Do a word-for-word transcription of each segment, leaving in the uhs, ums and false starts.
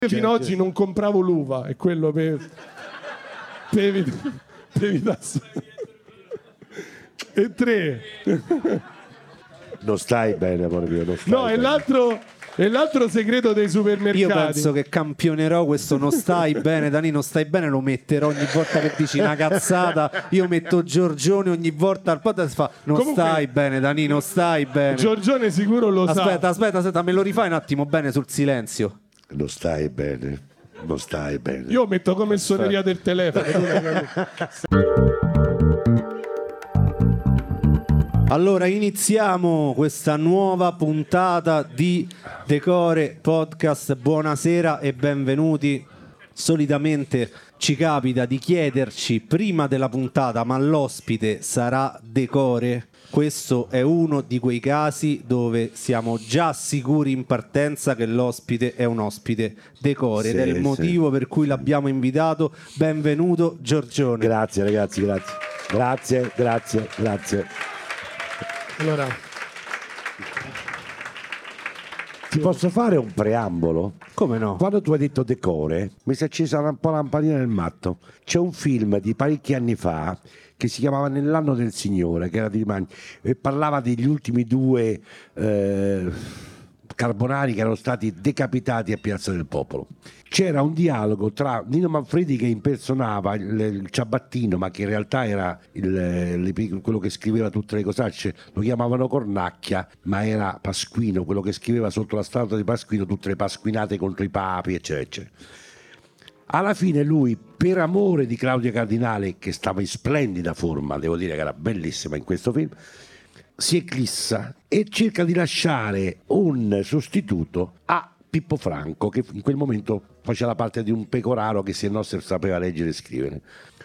fino ad oggi non compravo l'uva, e quello per, per evitare, per evitare. E tre. Non stai bene, amore mio, non stai No, bene. e l'altro, e l'altro segreto dei supermercati. Io penso che campionerò questo non stai bene, Dani, non stai bene, lo metterò ogni volta che dici una cazzata. Io metto Giorgione ogni volta al podcast, fa non Comunque, stai bene, Dani, non stai bene. Giorgione sicuro lo aspetta, sa. Aspetta, aspetta, aspetta, me lo rifai un attimo bene sul silenzio. Non stai bene, non stai bene. Io metto come suoneria del telefono. Allora iniziamo questa nuova puntata di Decore Podcast. Buonasera e benvenuti. Solitamente ci capita di chiederci prima della puntata: ma l'ospite sarà Decore? Questo è uno di quei casi dove siamo già sicuri in partenza che l'ospite è un ospite Decore, Sì, ed è il sì. motivo per cui l'abbiamo invitato. Benvenuto Giorgione. Grazie ragazzi, grazie. Grazie, grazie, grazie. Allora, Ti posso fare un preambolo? Come no? Quando tu hai detto Decore, mi si è accesa un po' la lampadina nel matto. C'è un film di parecchi anni fa che si chiamava Nell'anno del Signore, che era di Magni, e parlava degli ultimi due eh, carbonari che erano stati decapitati a Piazza del Popolo. C'era un dialogo tra Nino Manfredi, che impersonava il, il ciabattino, ma che in realtà era il, il- quello che scriveva tutte le cosacce, lo chiamavano Cornacchia, ma era Pasquino, quello che scriveva sotto la statua di Pasquino tutte le pasquinate contro i papi, eccetera, eccetera. Alla fine lui, per amore di Claudia Cardinale, che stava in splendida forma, devo dire che era bellissima in questo film, si eclissa e cerca di lasciare un sostituto a Pippo Franco, che in quel momento faceva la parte di un pecoraro che se no se sapeva leggere e scrivere.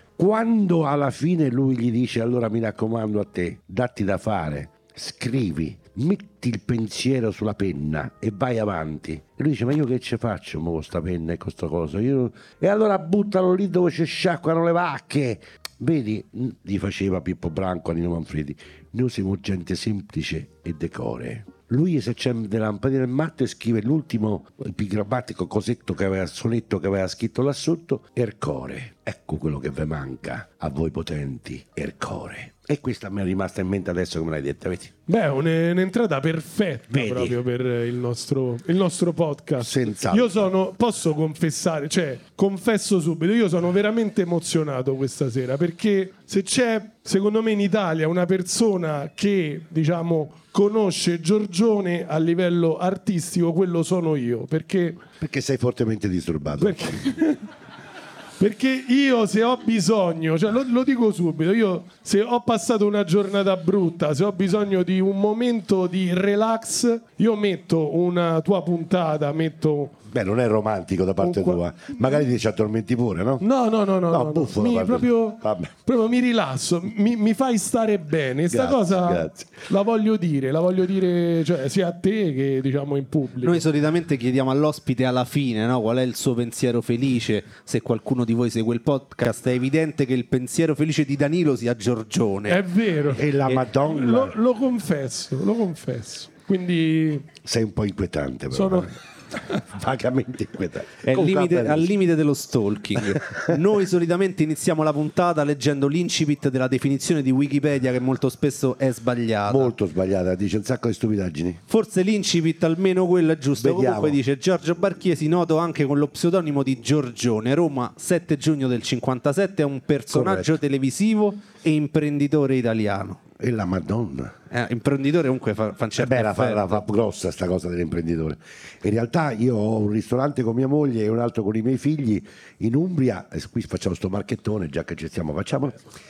Quando alla fine lui gli dice: allora mi raccomando a te, datti da fare, scrivi, metti il pensiero sulla penna e vai avanti. E lui dice: ma io che ci faccio mo con sta penna e con sta cosa? Io... E allora buttalo lì dove ci sciacquano le vacche. Vedi, gli faceva Pippo Franco a Nino Manfredi, noi siamo gente semplice e Decore. Lui si accende la lampadina nel matto e scrive l'ultimo epigrammatico cosetto che aveva, sonetto che aveva scritto là sotto: Ercore. Ecco quello che vi manca a voi potenti, Ercore. E questa mi è rimasta in mente adesso che me l'hai detta, vedi? beh, è un- un'entrata perfetta Vedi? proprio per il nostro, il nostro podcast. Senz'altro. Io sono, posso confessare, cioè, confesso subito, io sono veramente emozionato questa sera, perché se c'è, secondo me, in Italia una persona che, diciamo, conosce Giorgione a livello artistico, quello sono io, perché Perché sei fortemente disturbato. perché, perché io se ho bisogno, cioè lo, lo dico subito, io se ho passato una giornata brutta, se ho bisogno di un momento di relax, io metto una tua puntata, metto... Beh, non è romantico da parte Un qua- tua. Magari ti ci addormenti pure, no? No, no, no, no, No, no, no. buffo da Mi, parte- proprio, Vabbè. proprio mi rilasso, mi, mi fai stare bene. Sta Grazie, cosa grazie. la voglio dire, la voglio dire, cioè, sia a te che, diciamo, in pubblico. Noi solitamente chiediamo all'ospite alla fine, no, qual è il suo pensiero felice. Se qualcuno di voi segue il podcast, è evidente che il pensiero felice di Danilo sia Giorgione. È vero, E la Madonna. lo, lo confesso, lo confesso. Quindi Sei un po' inquietante, però. sono... Vagamente inquietante. È al Comunque, limite, va bene. al limite dello stalking. Noi solitamente iniziamo la puntata leggendo l'incipit della definizione di Wikipedia, che molto spesso è sbagliata. Molto sbagliata, dice un sacco di stupidaggini. Forse l'incipit, almeno quello è giusto. Vediamo. Comunque dice: Giorgio Barchiesi, noto anche con lo pseudonimo di Giorgione, Roma, sette giugno del cinquantasette, è un personaggio Corretto. televisivo e imprenditore italiano. E la Madonna. Eh, imprenditore comunque fa, fa un Eh certo beh, la fa, effetto. la fa grossa sta cosa dell'imprenditore. In realtà io ho un ristorante con mia moglie e un altro con i miei figli in Umbria, e qui facciamo sto marchettone, già che ci stiamo, facciamo.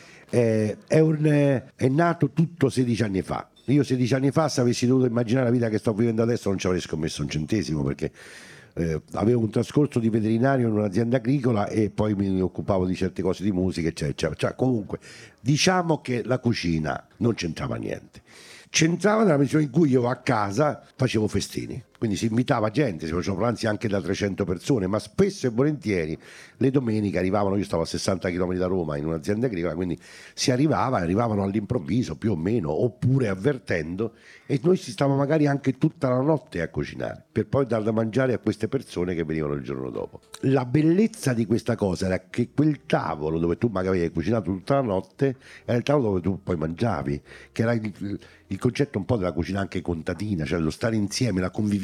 Eh, è, un, eh, è nato tutto sedici anni fa. Io sedici anni fa, se avessi dovuto immaginare la vita che sto vivendo adesso, non ci avrei scommesso un centesimo, perché eh, avevo un trascorso di veterinario in un'azienda agricola e poi mi occupavo di certe cose di musica, eccetera, eccetera. Cioè, comunque, diciamo che la cucina non c'entrava niente. c'entrava nella misura in cui io a casa facevo festini. Quindi si invitava gente, si facevano pranzi anche da trecento persone, ma spesso e volentieri le domeniche arrivavano, io stavo a sessanta chilometri da Roma in un'azienda agricola, quindi si arrivava, arrivavano all'improvviso più o meno, oppure avvertendo, e noi si stava magari anche tutta la notte a cucinare, per poi dar da mangiare a queste persone che venivano il giorno dopo. La bellezza di questa cosa era che quel tavolo dove tu magari avevi cucinato tutta la notte era il tavolo dove tu poi mangiavi, che era il, il concetto un po' della cucina anche contadina, cioè lo stare insieme, la convivialità.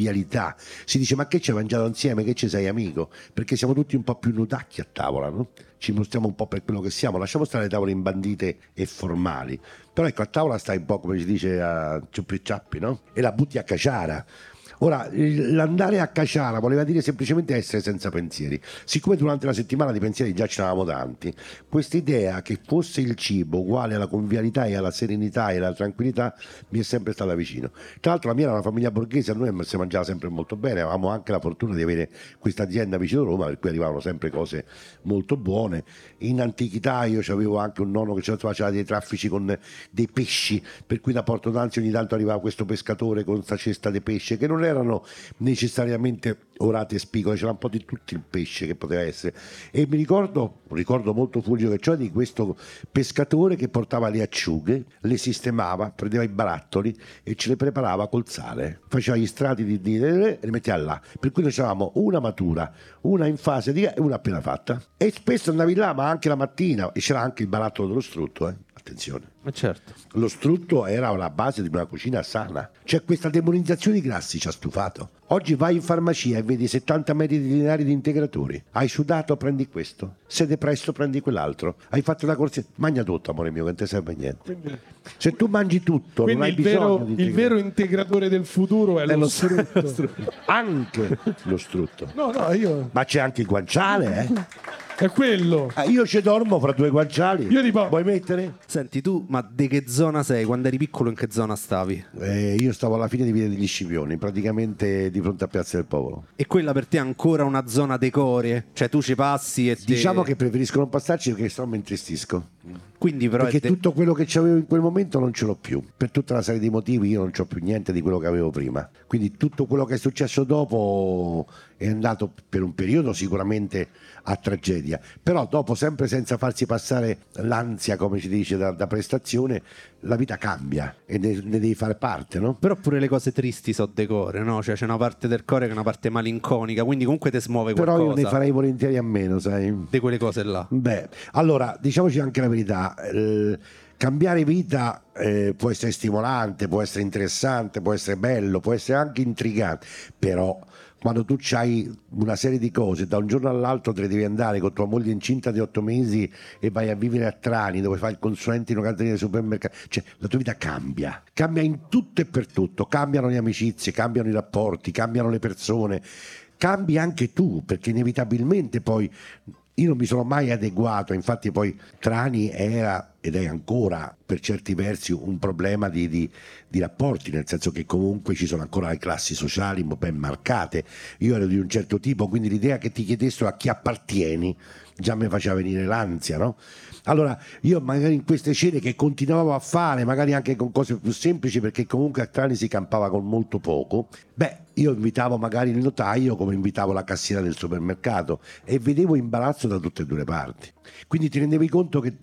Si dice ma che ci hai mangiato insieme, che ci sei amico, perché siamo tutti un po' più nudacchi a tavola, no? Ci mostriamo un po' per quello che siamo, lasciamo stare le tavole imbandite e formali, però ecco a tavola stai un po' come si dice a ciuppi e ciappi, no? E la butti a caciara. Ora, l'andare a caciara voleva dire semplicemente essere senza pensieri. Siccome durante la settimana di pensieri già ce ne avevamo tanti, questa idea che fosse il cibo uguale alla convivialità e alla serenità e alla tranquillità mi è sempre stata vicino. Tra l'altro la mia era una famiglia borghese, a noi si mangiava sempre molto bene, avevamo anche la fortuna di avere questa azienda vicino a Roma, per cui arrivavano sempre cose molto buone. In antichità io avevo anche un nonno che faceva dei traffici con dei pesci, per cui da Porto d'Anzi ogni tanto arrivava questo pescatore con questa cesta di pesce, che non erano necessariamente orate e spicole, c'era un po' di tutto il pesce che poteva essere, e mi ricordo un ricordo molto fulgido che c'ho di questo pescatore che portava le acciughe, le sistemava, prendeva i barattoli e ce le preparava col sale, faceva gli strati di, di e li metteva là, per cui noi avevamo una matura, una in fase di e una appena fatta, e spesso andavi là ma anche la mattina, e c'era anche il barattolo dello strutto, eh. Attenzione. Ma certo. Lo strutto era la base di una cucina sana. Cioè questa demonizzazione di grassi ci ha stufato. Oggi vai in farmacia e vedi settanta metri lineari di integratori. Hai sudato, prendi questo. Sei depresso, prendi quell'altro. Hai fatto la corsa, mangia tutto, amore mio, che non ti serve a niente. Quindi, se tu mangi tutto, non hai il bisogno vero, di il vero integratore del futuro è, è lo, lo strutto. strutto. Anche lo strutto. No, no, io... Ma c'è anche il guanciale, eh? È quello. Ah, io ci dormo fra due guanciali. Io tipo... Vuoi mettere? Senti, tu, ma di che zona sei? Quando eri piccolo in che zona stavi? Eh, io stavo alla fine di Via degli Scipioni, praticamente di fronte a Piazza del Popolo. E quella per te è ancora una zona decore? Cioè tu ci passi e te... Diciamo che preferisco non passarci perché sennò mi intristisco. Quindi però perché te... tutto quello che c'avevo in quel momento non ce l'ho più. Per tutta una serie di motivi io non c'ho più niente di quello che avevo prima. Quindi tutto quello che è successo dopo è andato per un periodo sicuramente a tragedia. Però dopo, sempre senza farsi passare l'ansia, come si dice, da, da prestazione, la vita cambia e ne, ne devi fare parte, no? Però pure le cose tristi so decore, no? Cioè c'è una parte del core che è una parte malinconica, quindi comunque ti smuove qualcosa. Però io ne farei volentieri a meno, sai? Di quelle cose là. Beh, allora, diciamoci anche la verità. Eh, cambiare vita eh, può essere stimolante, può essere interessante, può essere bello, può essere anche intrigante, però quando tu hai una serie di cose, da un giorno all'altro te ne devi andare con tua moglie incinta di otto mesi e vai a vivere a Trani dove fai il consulente in una cantina di supermercato, cioè la tua vita cambia, cambia in tutto e per tutto, cambiano le amicizie, cambiano i rapporti, cambiano le persone, cambi anche tu, perché inevitabilmente poi io non mi sono mai adeguato, infatti poi Trani era ed è ancora per certi versi un problema di, di, di rapporti, nel senso che comunque ci sono ancora le classi sociali ben marcate. Io ero di un certo tipo, quindi l'idea che ti chiedessero a chi appartieni già mi faceva venire l'ansia, no? Allora io magari in queste scene che continuavo a fare, magari anche con cose più semplici, perché comunque a Trani si campava con molto poco, beh, io invitavo magari il notaio come invitavo la cassiera del supermercato e vedevo imbarazzo da tutte e due le parti. Quindi ti rendevi conto che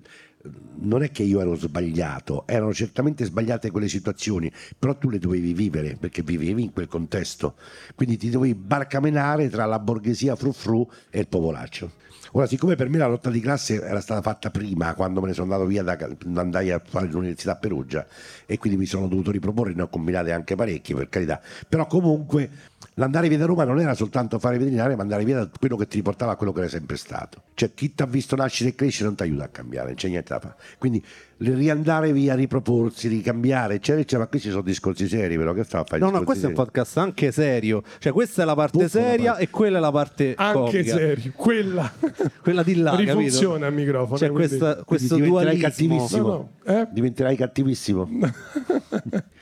non è che io ero sbagliato, erano certamente sbagliate quelle situazioni, però tu le dovevi vivere perché vivevi in quel contesto, quindi ti dovevi barcamenare tra la borghesia frufru e il popolaccio. Ora, siccome per me la lotta di classe era stata fatta prima, quando me ne sono andato via, da, andai a fare l'università a Perugia, e quindi mi sono dovuto riproporre, ne ho combinate anche parecchie, per carità, però comunque l'andare via da Roma non era soltanto fare veterinario, ma andare via da quello che ti riportava a quello che era sempre stato. Cioè chi ti ha visto nascere e crescere non ti aiuta a cambiare, non c'è niente da fare. Quindi riandare via, riproporsi, ricambiare, eccetera, eccetera. Ma questi sono discorsi seri, però che stava a fare? No, no, questo seri? È un podcast anche serio. Cioè questa è la parte Buffo seria parte. E quella è la parte anche comica. Serio, quella quella di là, rifunziona il microfono. C'è quindi... questa, questo diventerai dualismo. cattivissimo. No, no. Eh? Diventerai cattivissimo.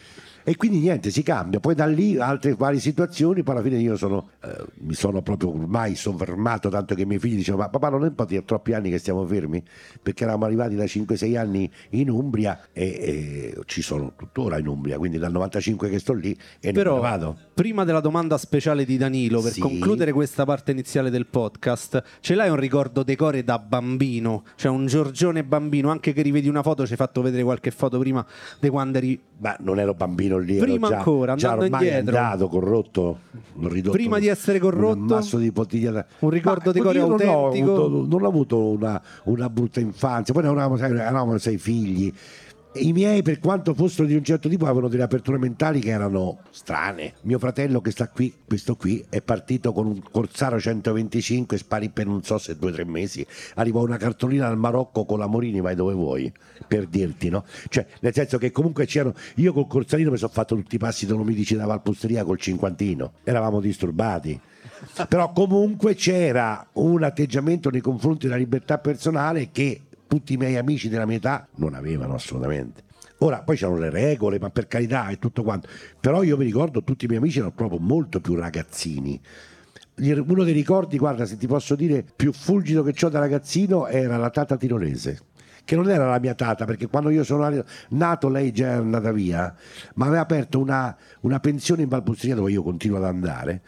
E quindi niente, si cambia. Poi da lì altre varie situazioni, poi alla fine io sono, eh, mi sono proprio ormai soffermato, tanto che i miei figli dicevano: ma papà, non è un po' di troppi anni che stiamo fermi? Perché eravamo arrivati da cinque sei anni in Umbria e, e ci sono tuttora in Umbria, quindi dal novantacinque che sto lì e Però, non me ne vado. Prima della domanda speciale di Danilo, per Sì. concludere questa parte iniziale del podcast, ce l'hai un ricordo decore da bambino? Cioè un Giorgione bambino, anche che rivedi una foto, ci hai fatto vedere qualche foto prima di quando eri... Ma non ero bambino lì, Prima ero già, ancora, già andando ormai indietro. andato, corrotto, ridotto, Prima di essere corrotto? un ammasso di bottiglia. Un ricordo Ma di cuore io non ho autentico? avuto- non ho avuto una, una brutta infanzia, poi eravamo, sai, eravamo sei figli. I miei, per quanto fossero di un certo tipo, avevano delle aperture mentali che erano strane. Mio fratello che sta qui, questo qui, è partito con un Corsaro centoventicinque, sparì per non so se due o tre mesi, arrivò una cartolina dal Marocco con la Morini, vai dove vuoi, per dirti, no? Cioè, nel senso che comunque c'erano, io col Corsarino mi sono fatto tutti i passi dolomidici da Valpusteria col cinquantino, eravamo disturbati. Però comunque c'era un atteggiamento nei confronti della libertà personale che tutti i miei amici della mia età non avevano assolutamente. Ora poi c'erano le regole, ma per carità e tutto quanto, però io mi ricordo tutti i miei amici erano proprio molto più ragazzini. Uno dei ricordi, guarda, se ti posso dire, più fulgido che ho da ragazzino era la tata tirolese, che non era la mia tata, perché quando io sono nato lei già era andata via, ma aveva aperto una, una pensione in Valpusteria dove io continuo ad andare,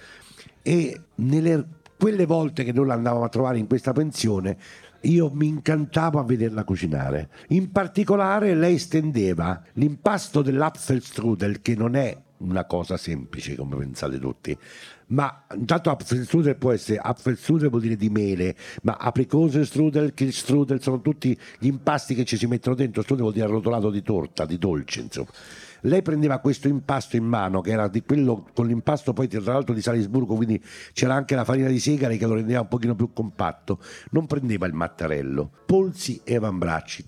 e nelle quelle volte che noi l'andavamo a trovare in questa pensione io mi incantavo a vederla cucinare. In particolare lei stendeva l'impasto dell'Apfelstrudel, che non è una cosa semplice come pensate tutti, ma intanto Apfelstrudel può essere, Apfelstrudel vuol dire di mele, ma Aprikosenstrudel, Kirschstrudel sono tutti gli impasti che ci si mettono dentro. Strudel vuol dire arrotolato di torta, di dolce, insomma. Lei prendeva questo impasto in mano, che era di quello con l'impasto poi tra l'altro di Salisburgo, quindi c'era anche la farina di segale che lo rendeva un pochino più compatto. Non prendeva il mattarello, polsi e avambracci,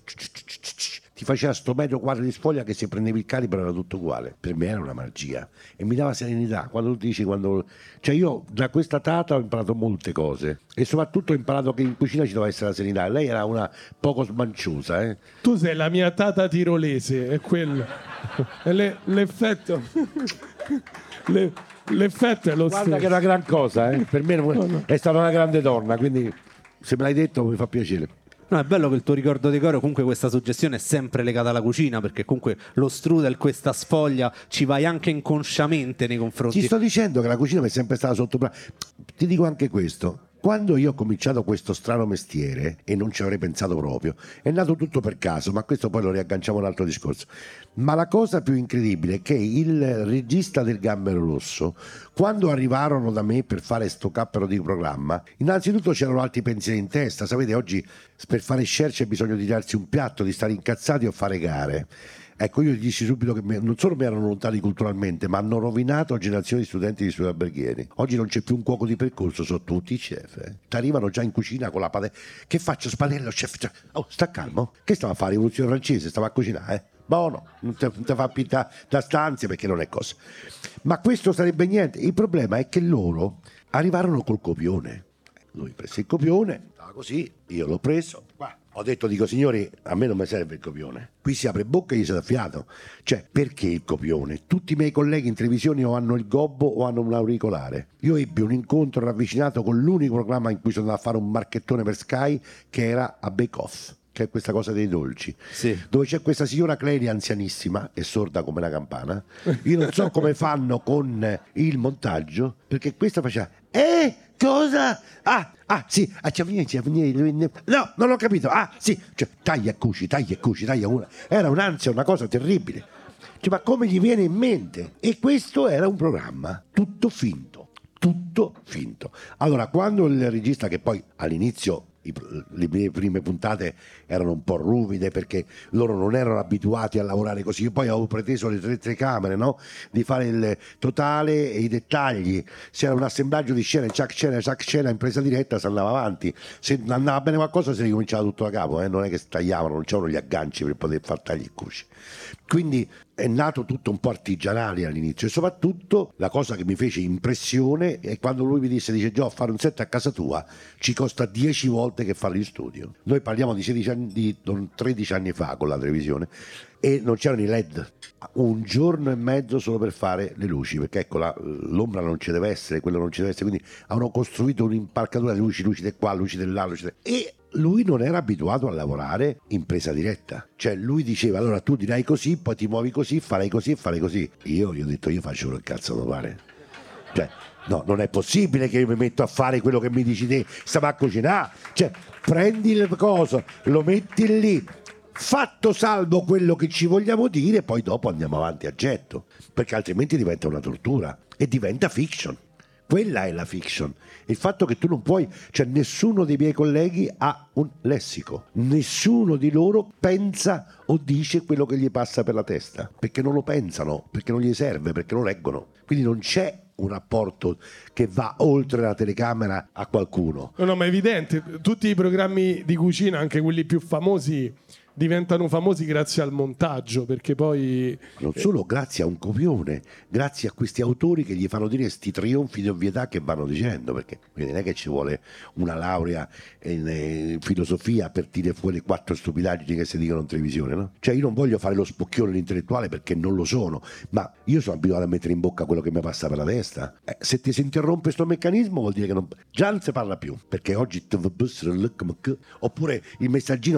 ti faceva sto metro quadro di sfoglia che se prendevi il calibro era tutto uguale. Per me era una magia e mi dava serenità. Quando tu dici, quando... cioè io da questa tata ho imparato molte cose e soprattutto ho imparato che in cucina ci doveva essere la serenità. Lei era una poco smanciosa, eh. Tu sei la mia tata tirolese, è quello. E le- l'effetto le- l'effetto è lo Guarda stesso. che è una gran cosa, eh. Per me è stata una grande donna, quindi se me l'hai detto mi fa piacere. No, è bello che il tuo ricordo decore, comunque questa suggestione è sempre legata alla cucina, perché comunque lo strudel, questa sfoglia, ci vai anche inconsciamente nei confronti. Ti sto dicendo che la cucina mi è sempre stata sotto. Ti dico anche questo. Quando io ho cominciato questo strano mestiere, e non ci avrei pensato proprio, è nato tutto per caso, ma questo poi lo riagganciamo a un altro discorso. Ma la cosa più incredibile è che il regista del Gambero Rosso, quando arrivarono da me per fare sto cappero di programma, innanzitutto c'erano altri pensieri in testa. Sapete, oggi per fare share c'è bisogno di darsi un piatto, di stare incazzati o fare gare. Ecco, io gli dissi subito che non solo mi erano lontani culturalmente, ma hanno rovinato generazioni di studenti di studi alberghieri. Oggi non c'è più un cuoco di percorso, sono tutti chef. Eh. Ti arrivano già in cucina con la padella. Che faccio, spadello, chef? Oh, sta calmo. Che stava a fare? Rivoluzione francese? Stava a cucinare, eh? Buono, non ti fa più da, da stanze perché non è cosa. Ma questo sarebbe niente. Il problema è che loro arrivarono col copione. Lui prese il copione, stava così, io l'ho preso. Qua. Ho detto, dico, signori, a me non mi serve il copione. Qui si apre bocca e gli si dà fiato. Cioè, perché il copione? Tutti i miei colleghi in televisione o hanno il gobbo o hanno un auricolare. Io ebbi un incontro ravvicinato con l'unico programma in cui sono andato a fare un marchettone per Sky, che era a Bake Off, che è questa cosa dei dolci, Sì. dove c'è questa signora Clelia anzianissima e sorda come una campana. Io non so come fanno con il montaggio, perché questa faceva eh cosa? Ah, ah sì, ah, c'è, c'è, no, non ho capito. Ah sì, cioè, taglia e cuci, taglia e cuci, taglia una. Era un'ansia, una cosa terribile. Cioè, ma come gli viene in mente? E questo era un programma tutto finto, tutto finto. Allora, quando il regista, che poi all'inizio I, le mie prime puntate erano un po' ruvide perché loro non erano abituati a lavorare così. Io poi avevo preteso le tre telecamere, no? Di fare il totale e i dettagli. Se era un assemblaggio di scene, ciac scena, ciac scena in presa diretta, si andava avanti. Se andava bene qualcosa si ricominciava tutto da capo, eh? Non è che tagliavano, non c'erano gli agganci per poter far tagli e cuci. Quindi è nato tutto un po' artigianale all'inizio, e soprattutto la cosa che mi fece impressione è quando lui mi disse, dice Gio, fare un set a casa tua ci costa dieci volte volte che fanno in studio. Noi parliamo di, sedici anni, di tredici anni fa con la televisione e non c'erano i led. Un giorno e mezzo solo per fare le luci, perché ecco la, l'ombra non ci deve essere, quello non ci deve essere, quindi hanno costruito un'impalcatura di luci, luci di qua, luci di là, luci di... e lui non era abituato a lavorare in presa diretta, cioè lui diceva allora tu dirai così, poi ti muovi così, farai così e farai così. Io gli ho detto io faccio quello che cazzo devo fare, cioè no, non è possibile che io mi metto a fare quello che mi dici te, stiamo a cucinare, cioè prendi il coso, lo metti lì, fatto salvo quello che ci vogliamo dire, poi dopo andiamo avanti a getto, perché altrimenti diventa una tortura e diventa fiction. Quella è la fiction. Il fatto che tu non puoi, cioè nessuno dei miei colleghi ha un lessico, nessuno di loro pensa o dice quello che gli passa per la testa, perché non lo pensano, perché non gli serve, perché lo leggono. Quindi non c'è un rapporto che va oltre la telecamera a qualcuno. No, no, ma è evidente, tutti i programmi di cucina, anche quelli più famosi, diventano famosi grazie al montaggio, perché poi non solo grazie a un copione, grazie a questi autori che gli fanno dire sti trionfi di ovvietà che vanno dicendo, perché quindi non è che ci vuole una laurea in, in filosofia per tirare fuori quattro stupidaggini che si dicono in televisione, no? Cioè io non voglio fare lo spocchione intellettuale perché non lo sono, ma io sono abituato a mettere in bocca quello che mi passa per la testa. Eh, se ti si interrompe sto meccanismo vuol dire che non, già non si parla più, perché oggi oppure il messaggino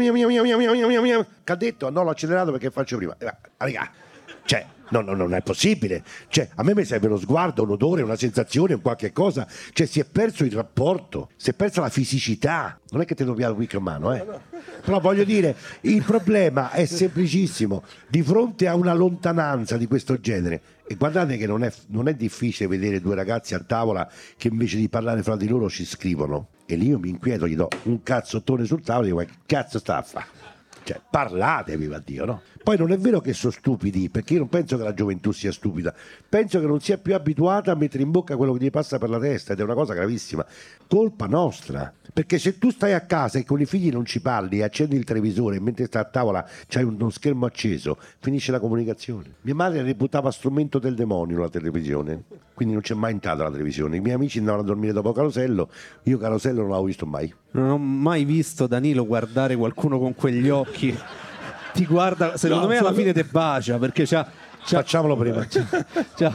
che ha detto no, l'ho accelerato perché faccio prima. Eh, raga, cioè no, no, non è possibile, cioè a me mi serve uno sguardo, un odore, una sensazione, un qualche cosa, cioè si è perso il rapporto, si è persa la fisicità. Non è che te lo piace il week in mano, eh? Però voglio dire, il problema è semplicissimo, di fronte a una lontananza di questo genere. E guardate che non è, non è difficile vedere due ragazzi a tavola che invece di parlare fra di loro ci scrivono, e lì io mi inquieto, gli do un cazzottone sul tavolo e dico: che cazzo sta a fare? Cioè, parlate, viva Dio, no? Poi non è vero che sono stupidi, perché io non penso che la gioventù sia stupida, penso che non sia più abituata a mettere in bocca quello che gli passa per la testa, ed è una cosa gravissima. Colpa nostra, perché se tu stai a casa e con i figli non ci parli, accendi il televisore e mentre stai a tavola c'hai uno schermo acceso, finisce la comunicazione. Mia madre reputava strumento del demonio la televisione, quindi non c'è mai entrata la televisione. I miei amici andavano a dormire dopo Carosello, io Carosello non l'avevo visto mai. Non ho mai visto Danilo guardare qualcuno con quegli occhi. Ti guarda, secondo No, me alla solo- fine te bacia, perché c'ha, c'ha, Facciamolo prima. c'ha-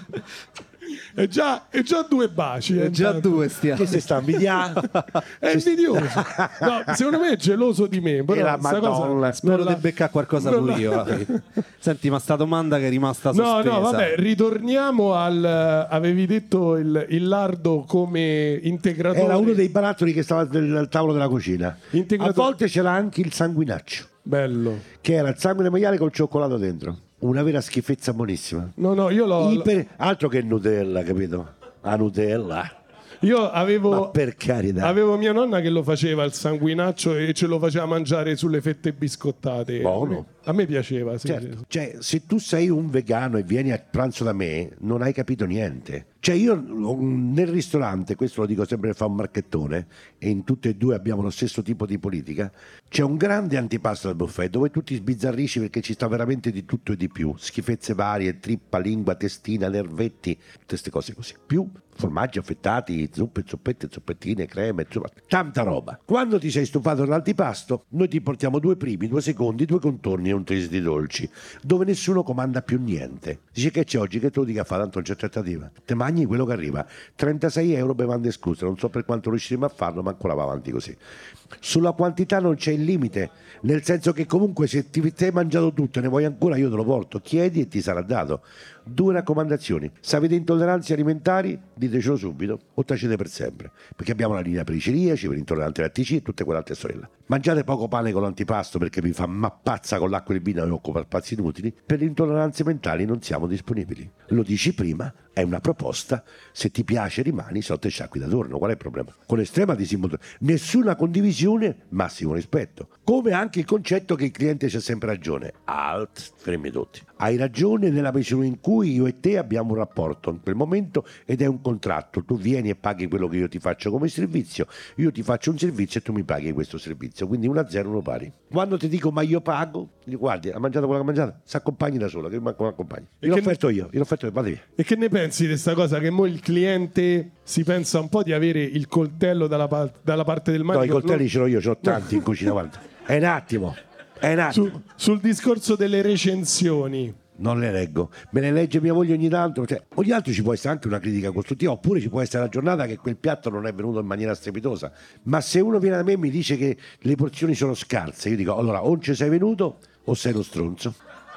è già, è già due baci. è eh, già intanto. due stia. Che si sta invidiando? È invidioso. No, secondo me è geloso di me. Però E la sta cosa Madonna. Spero non di la- beccare qualcosa non pure la- io. eh. Senti, ma sta domanda che è rimasta No, sospesa. no, vabbè, ritorniamo al... Avevi detto il, il lardo come integratore. Era uno dei barattoli che stava del- al tavolo della cucina. Integratore. A volte c'era anche il sanguinaccio, Bello. che era il sangue di maiale col cioccolato dentro. Una vera schifezza buonissima. No, no, io l'ho... Iper- altro che Nutella, capito? La Nutella. Io avevo... Ma per carità. Avevo mia nonna che lo faceva il sanguinaccio e ce lo faceva mangiare sulle fette biscottate. Buono. A me piaceva, sì. Certo. sì. Cioè, se tu sei un vegano e vieni a pranzo da me, non hai capito niente. Cioè, io nel ristorante, questo lo dico sempre per fare un marchettone, e in tutte e due abbiamo lo stesso tipo di politica, c'è un grande antipasto al buffet dove tu ti sbizzarrisci perché ci sta veramente di tutto e di più. Schifezze varie, trippa, lingua, testina, nervetti, tutte queste cose così. Più formaggi affettati, zuppe, zuppette, zuppettine, creme, insomma, tanta roba. Quando ti sei stufato dell'antipasto, noi ti portiamo due primi, due secondi, due contorni e un tris di dolci, dove nessuno comanda più niente. Dice: che c'è oggi, che te lo dica fa, tanto non c'è trattativa. Te mangi quello che arriva. trentasei euro bevande escluse, non so per quanto riusciremo a farlo, ma ancora va avanti così. Sulla quantità non c'è il limite, nel senso che comunque se ti sei mangiato tutto e ne vuoi ancora, io te lo porto, chiedi e ti sarà dato. Due raccomandazioni: se avete intolleranze alimentari, ditecelo subito o tacete per sempre, perché abbiamo la linea per i celiaci, per intolleranti ai latticini e tutte quelle altre sorelle. Mangiate poco pane con l'antipasto perché vi fa mappazza con l'acqua e il vino e occupa spazi inutili. Per le intolleranze mentali non siamo disponibili. Lo dici prima, è una proposta, se ti piace rimani, sotto e sciacqui da torno, qual è il problema? Con estrema disinvoltura, nessuna condivisione, massimo rispetto. Come anche il concetto che il cliente c'ha sempre ragione. Alt, fermi tutti. Hai ragione nella misura in cui io e te abbiamo un rapporto in quel momento ed è un contratto. Tu vieni e paghi quello che io ti faccio come servizio, io ti faccio un servizio e tu mi paghi questo servizio, quindi uno a zero uno pari. Quando ti dico ma io pago, dico: guardi, ha mangiato quello che ha mangiato, si accompagni da sola, che manco non accompagni. E Gliel'ho che- offerto io, gliel'ho offerto io, vada via. E che ne pensi pensi di questa cosa? Che mo il cliente si pensa un po' di avere il coltello dalla, pa- dalla parte del manico? No, i coltelli No. ce l'ho io, ce l'ho tanti in cucina, guarda. È un attimo, è un attimo. Su- sul discorso delle recensioni. Non le leggo, me le legge mia moglie ogni tanto, cioè, ogni tanto ci può essere anche una critica costruttiva, oppure ci può essere la giornata che quel piatto non è venuto in maniera strepitosa, ma se uno viene da me e mi dice che le porzioni sono scarse, io dico allora o non ci sei venuto o sei lo stronzo,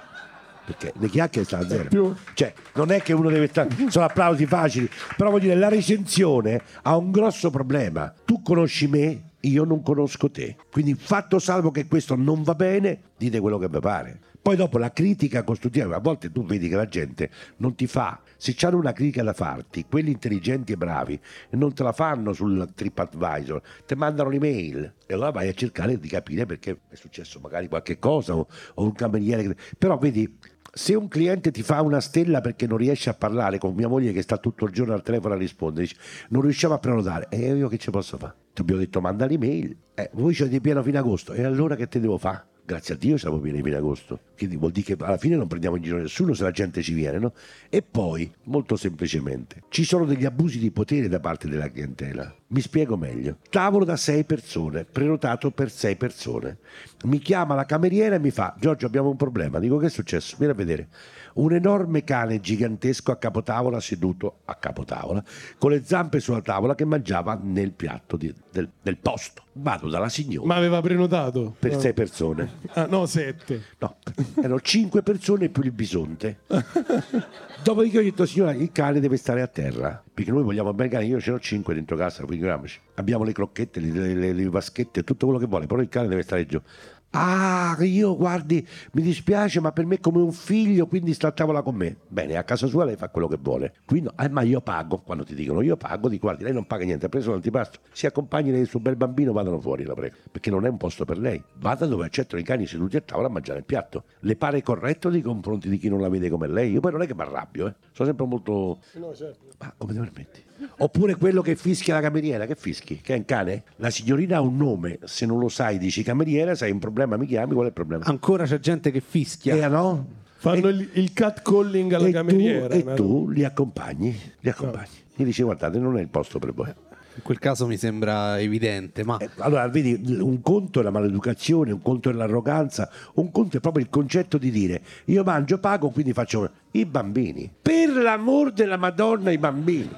perché le chiacchiere stanno a zero, Più- cioè non è che uno deve stare, sono applausi facili, però voglio dire la recensione ha un grosso problema, tu conosci me, io non conosco te, quindi fatto salvo che questo non va bene, dite quello che vi pare. Poi dopo la critica costruttiva, a volte tu vedi che la gente non ti fa, se c'hanno una critica da farti, quelli intelligenti e bravi, e non te la fanno sul TripAdvisor, ti mandano l'email e allora vai a cercare di capire perché è successo magari qualche cosa o, o un cameriere. Che... Però vedi, se un cliente ti fa una stella perché non riesce a parlare con mia moglie che sta tutto il giorno al telefono a rispondere, dice, non riusciamo a prenotare, e io che ci posso fare? Ti abbiamo detto manda l'email, eh, voi c'avete pieno fino agosto, e allora che te devo fare? Grazie a Dio siamo pieni fino ad agosto, quindi vuol dire che alla fine non prendiamo in giro nessuno se la gente ci viene, no? E poi, molto semplicemente, ci sono degli abusi di potere da parte della clientela. Mi spiego meglio. Tavolo da sei persone, prenotato per sei persone. Mi chiama la cameriera e mi fa: Giorgio, abbiamo un problema. Dico: che è successo? Vieni a vedere. Un enorme cane gigantesco a capotavola, seduto a capotavola, con le zampe sulla tavola, che mangiava nel piatto di- del, del posto. Vado dalla signora Ma aveva prenotato? per No. sei persone. Ah, no, sette. No, erano cinque persone più il bisonte. Dopodiché ho detto: signora, il cane deve stare a terra, perché noi vogliamo bene il cane. Io ce n'ho cinque dentro casa, figuriamoci. Abbiamo le crocchette, le, le- le vaschette, tutto quello che vuole, però il cane deve stare giù. Ah, io guardi, mi dispiace, ma per me è come un figlio, quindi sta a tavola con me. Bene, a casa sua lei fa quello che vuole. Qui no, eh, ma io pago. Quando ti dicono io pago, dico: guardi, lei non paga niente, ha preso l'antipasto, si accompagni lei suo bel bambino, vadano fuori, la prego, perché non è un posto per lei. Vada dove accettano i cani seduti a tavola a mangiare il piatto. Le pare corretto nei confronti di chi non la vede come lei? Io poi non è che mi arrabbio, eh. Sono sempre molto... No, certo. Ma come ti permetti? Oppure quello che fischia la cameriera, che fischi? Che è un cane? La signorina ha un nome, se non lo sai dici cameriera, se hai un problema mi chiami, qual è il problema? Ancora c'è gente che fischia. Eh, no? Fanno E- il, il catcalling alla e cameriera. tu, e una tu li accompagni, li accompagni. Gli dici: guardate, non è il posto per voi. In quel caso mi sembra evidente, ma Eh, allora, vedi, un conto è la maleducazione, un conto è l'arroganza, un conto è proprio il concetto di dire: io mangio, pago, quindi faccio i bambini. Per l'amor della Madonna, i bambini.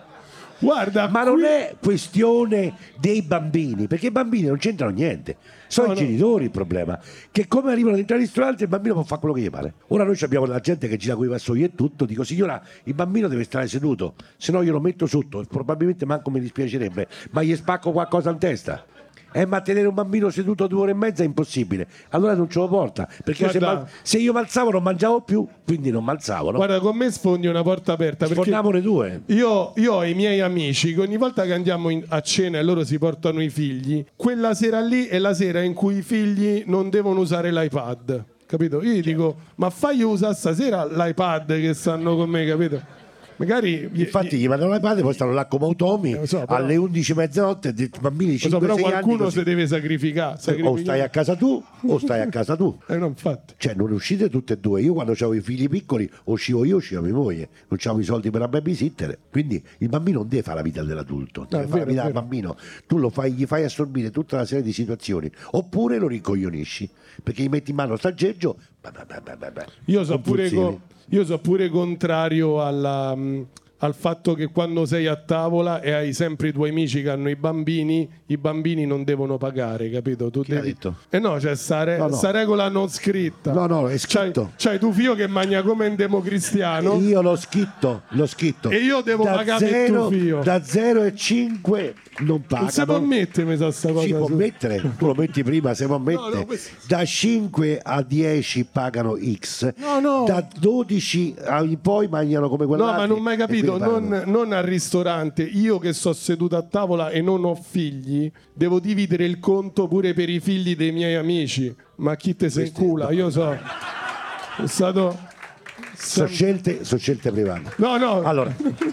Guarda, Ma non qui- è questione dei bambini, perché i bambini non c'entrano niente. Sono No, i no. genitori il problema, che come arrivano dentro al ristorante il bambino può fare quello che gli pare. Ora noi abbiamo la gente che gira con i vassoi e tutto, dico: signora, il bambino deve stare seduto, se no io lo metto sotto, e probabilmente manco mi dispiacerebbe, ma gli spacco qualcosa in testa. Eh, ma tenere un bambino seduto due ore e mezza è impossibile, allora non ce lo porta, perché se, Guarda- mal- se io mi alzavo non mangiavo più, quindi non mi alzavo, no? Guarda, con me sfondi una porta aperta. Perché Sfondiamone due. io, io ho i miei amici che ogni volta che andiamo in- a cena e loro si portano i figli, quella sera lì è la sera in cui i figli non devono usare l'iPad. Capito? Io gli dico: ma fagli usare stasera l'iPad che stanno con me, capito? Magari gli- Infatti gli mandano le padre, poi stanno là come automi Eh, lo so, però- alle undici mezzanotte, di bambini di lo so, cinque però sei anni qualcuno così. si deve sacrificare. O sacrificare. stai a casa tu o stai a casa tu. Eh, no, infatti. Cioè non uscite tutte e due. Io quando avevo i figli piccoli uscivo io, usciva mia moglie, non avevo i soldi per la babysitter, quindi il bambino non deve fare la vita dell'adulto, deve è fare vero, la vita è del vero. bambino. Tu lo fai, gli fai assorbire tutta una serie di situazioni, oppure lo rincoglionisci, perché gli metti in mano sto aggeggio. Beh, beh, beh, beh, beh, Io so pure, compulsivi. co- io so pure contrario alla, mh, al fatto che quando sei a tavola e hai sempre i tuoi amici che hanno i bambini, i bambini non devono pagare, capito? Tu Chi l'ha devi... detto? Eh no, c'è sta, re- No, no. sta regola non scritta. No, no, è C'hai, scritto. c'hai tuo figlio che mangia come un democristiano Io l'ho scritto, l'ho scritto. e io devo da pagare per zero, tuo figlio. da zero e cinque non pagano. Non si può mettere, mi sa sta cosa. Si può su- mettere, tu lo metti prima, se può mettere. no, questo- Da cinque a dieci pagano X, No, no. da dodici a in poi mangiano come quella. No, ma non mai capito, non, non al ristorante. Io che sto seduto a tavola e non ho figli, devo dividere il conto pure per i figli dei miei amici. Ma chi te se incula? Io so, è stato... Sono scelte, sono scelte private. No, no. Allora,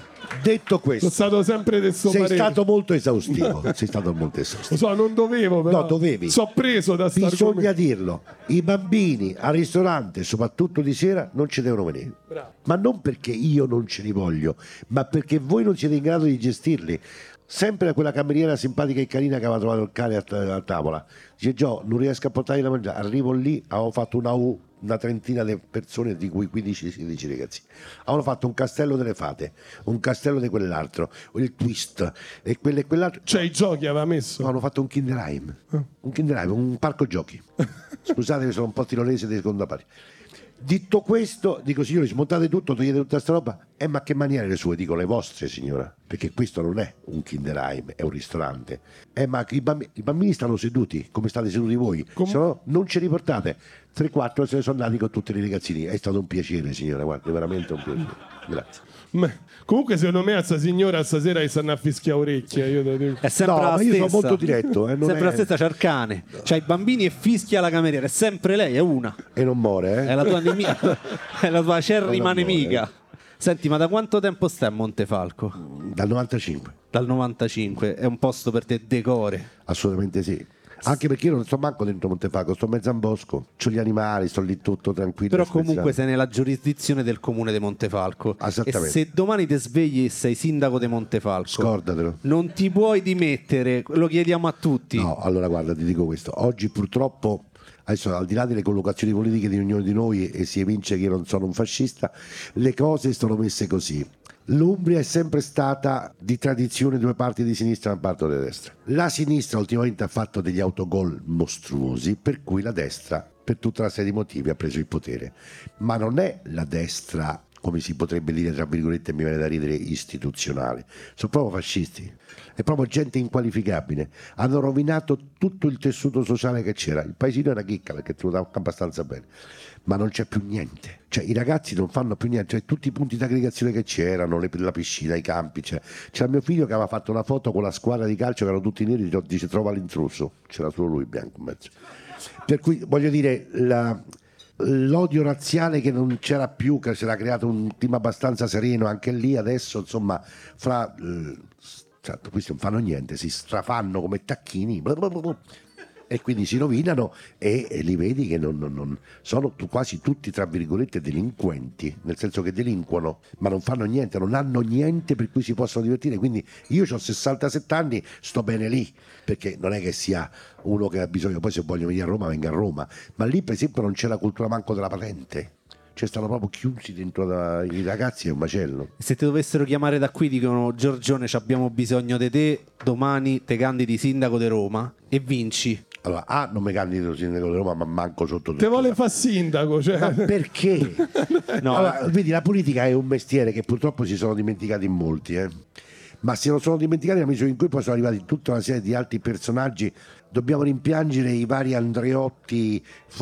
detto questo, sono stato sempre del suo sei parere. stato molto esaustivo. sei stato molto esaustivo. Lo so, non dovevo, però. No, dovevi. So preso da sta Bisogna argomento. dirlo. I bambini al ristorante, soprattutto di sera, non ci devono venire. Bravo. Ma non perché io non ce li voglio, ma perché voi non siete in grado di gestirli. Sempre quella cameriera simpatica e carina che aveva trovato il cane a, a tavola. Dice: Gio, non riesco a portargli da mangiare. Arrivo lì, avevo fatto una U, una trentina di persone, di cui quindici sedici ragazzi. Avevano fatto un castello delle fate, un castello di quell'altro, il twist e quello e quell'altro. Cioè i giochi aveva messo. Avevano fatto un Kinderheim, un Kinderheim, un parco giochi. Scusate, sono un po' tirolese di seconda parte. Detto questo, dico: signori, smontate tutto, togliete tutta sta roba. Eh, ma che maniere le sue? Dico: le vostre, signora, perché questo non è un Kinderheim, è un ristorante. Eh, ma i bambini, i bambini stanno seduti come state seduti voi, Com- se no non ci riportate. tre quattro se ne sono andati con tutti i ragazzini. È stato un piacere, signora, guarda, veramente un piacere. Grazie. Ma- comunque secondo me a sta signora stasera gli stanno a fischiare orecchie, io te dico. È sempre No, la ma stessa. io sono molto diretto, eh, non sempre è- la stessa, c'ha il cane. C'ha i bambini e fischia la cameriera. È sempre lei, è una. E non muore, eh? È la tua nemica. È la tua acerrima Non amore. nemica. Senti, ma da quanto tempo stai a Montefalco? Dal novantacinque, Dal novantacinque. È un posto per te decore. assolutamente sì. Anche perché io non sto manco dentro Montefalco, sto in mezzo a un bosco, c'ho gli animali, sto lì tutto tranquillo. Però spezzato. comunque sei nella giurisdizione del comune di Montefalco. Esattamente. E se domani ti svegli e sei sindaco di Montefalco, Scordatelo. non ti puoi dimettere, lo chiediamo a tutti. No, allora guarda, ti dico questo. Oggi purtroppo, adesso al di là delle collocazioni politiche di ognuno di noi e si evince che io non sono un fascista, le cose sono messe così. L'Umbria è sempre stata di tradizione due parti di sinistra e una parte di destra. La sinistra ultimamente ha fatto degli autogol mostruosi, per cui la destra, per tutta una serie di motivi, ha preso il potere. Ma non è la destra, come si potrebbe dire, tra virgolette, mi viene da ridere, istituzionale. Sono proprio fascisti. È proprio gente inqualificabile. Hanno rovinato tutto il tessuto sociale che c'era. Il paesino è una chicca perché te lo dà abbastanza bene. Ma non c'è più niente. Cioè i ragazzi non fanno più niente. Cioè tutti i punti d'aggregazione che c'erano, le- la piscina, i campi. Cioè. C'era mio figlio che aveva fatto una foto con la squadra di calcio che erano tutti neri, dice: trova l'intruso. C'era solo lui bianco in mezzo. Per cui voglio dire, la- l'odio razziale che non c'era più, che si era creato un team abbastanza sereno anche lì, adesso insomma fra eh, certo, questi non fanno niente, si strafanno come tacchini bla bla bla bla, e quindi si rovinano e, e li vedi che non, non- non- sono tu- quasi tutti tra virgolette delinquenti, nel senso che delinquono ma non fanno niente, non hanno niente per cui si possono divertire. Quindi io ho sessantasette anni, sto bene lì, perché non è che sia uno che ha bisogno, poi se voglio venire a Roma venga a Roma, ma lì per esempio non c'è la cultura manco della patente, cioè stanno proprio chiusi dentro da, i ragazzi, è un macello. Se ti dovessero chiamare da qui, dicono: Giorgione, ci abbiamo bisogno di te, domani te candidi sindaco di Roma e vinci. Allora, A, non mi candido sindaco di Roma, ma manco sotto Te tutto. vuole far sindaco, cioè. Ma perché? No. Allora, vedi, la politica è un mestiere che purtroppo si sono dimenticati in molti, eh. Ma se non sono dimenticati nella misura in cui poi sono arrivati tutta una serie di altri personaggi. Dobbiamo rimpiangere i vari Andreotti,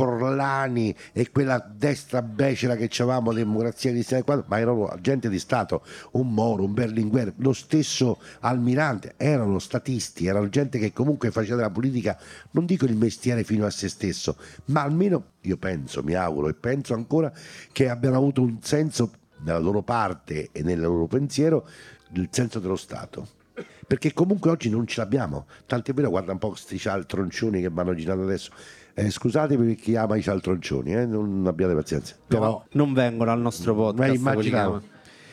Forlani e quella destra becera che avevamo, Democrazia Cristiana, e quanto, ma erano gente di Stato, un Moro, un Berlinguer, lo stesso Almirante, erano statisti, erano gente che comunque faceva della politica, non dico il mestiere fino a se stesso, ma almeno io penso, mi auguro e penso ancora che abbiano avuto un senso nella loro parte e nel loro pensiero, il senso dello Stato. Perché comunque oggi non ce l'abbiamo, tant'è vero, guarda un po' questi cialtroncioni che vanno girando adesso. Eh, scusatemi per chi ama i cialtroncioni, eh, non abbiate pazienza. Però, No, non vengono al nostro ma podcast. immaginavo. quelli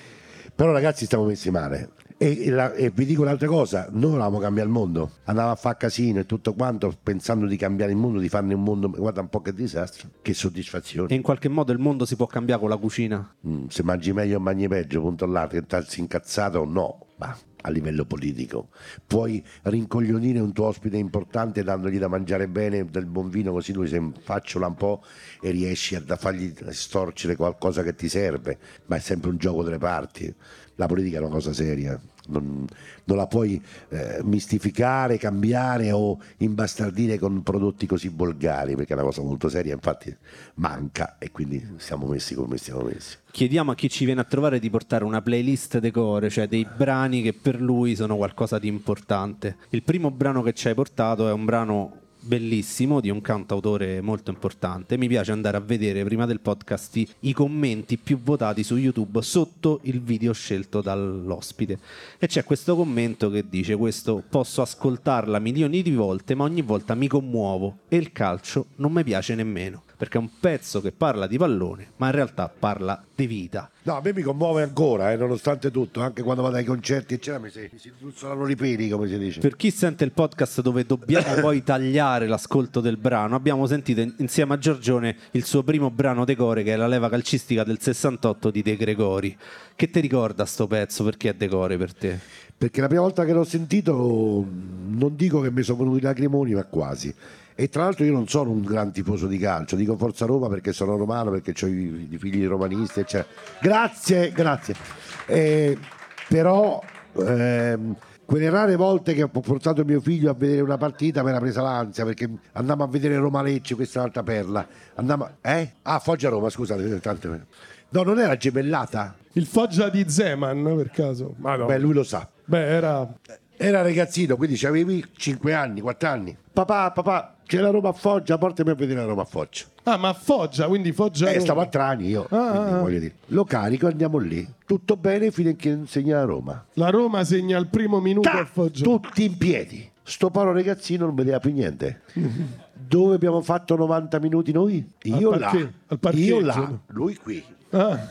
Però ragazzi stiamo messi male. E, e la- e vi dico un'altra cosa, noi volevamo cambiare il mondo, andavamo a fare casino e tutto quanto pensando di cambiare il mondo, di farne un mondo, guarda un po' che disastro, che che- soddisfazione. E in qualche modo il mondo si può cambiare con la cucina. Mm, se mangi meglio o mangi peggio, punto là, che starsi incazzato o no, ma a livello politico puoi rincoglionire un tuo ospite importante dandogli da mangiare bene, del buon vino, così lui si facciola un po' e riesci a da fargli storcere qualcosa che ti serve, ma è sempre un gioco delle parti. La politica è una cosa seria, non, non la puoi eh, mistificare, cambiare o imbastardire con prodotti così volgari, perché è una cosa molto seria, infatti manca e quindi siamo messi come stiamo messi. Chiediamo a chi ci viene a trovare di portare una playlist decore, cioè dei brani che per lui sono qualcosa di importante. Il primo brano che ci hai portato è un brano bellissimo di un cantautore molto importante. Mi piace andare a vedere prima del podcast i, i commenti più votati su YouTube sotto il video scelto dall'ospite, e c'è questo commento che dice: questo posso ascoltarla milioni di volte ma ogni volta mi commuovo e il calcio non mi piace nemmeno, perché è un pezzo che parla di pallone ma in realtà parla di vita. No, a me mi commuove ancora, eh, nonostante tutto, anche quando vado ai concerti eccetera, mi si, mi si druzzolano i peli, come si dice. Per chi sente il podcast dove dobbiamo poi tagliare l'ascolto del brano, abbiamo sentito insieme a Giorgione il suo primo brano Decore, che è la leva calcistica del sessantotto di De Gregori. Che ti ricorda sto pezzo? Perché è Decore per te? Perché la prima volta che l'ho sentito, non dico che mi sono venuti i lacrimoni, ma quasi. E tra l'altro io non sono un gran tifoso di calcio, dico Forza Roma perché sono romano, perché ho i, i figli romanisti, eccetera. Grazie, grazie. Eh, però ehm, quelle rare volte che ho portato mio figlio a vedere una partita mi era presa l'ansia, perché andavamo a vedere Roma Lecce, questa è un'altra perla. Andavamo, eh? Ah, Foggia Roma, scusate, tante. No, non era gemellata? Il Foggia di Zeman, per caso? Ma no. Beh, lui lo sa. Beh, era... Era ragazzino, quindi avevi cinque anni, quattro anni. Papà, papà, c'è la Roma a Foggia, portami a vedere la Roma a Foggia. Ah, ma a Foggia, quindi Foggia... Eh, Roma. stavo a tre anni io, Ah, quindi, ah. voglio dire. Lo carico, andiamo lì. Tutto bene fino a che insegna la Roma. La Roma segna il primo minuto Ta! a Foggia. Tutti in piedi. Sto povero ragazzino non vedeva più niente. Dove abbiamo fatto novanta minuti noi? Io Al là, parche- al parcheggio. io là, lui qui. Ah.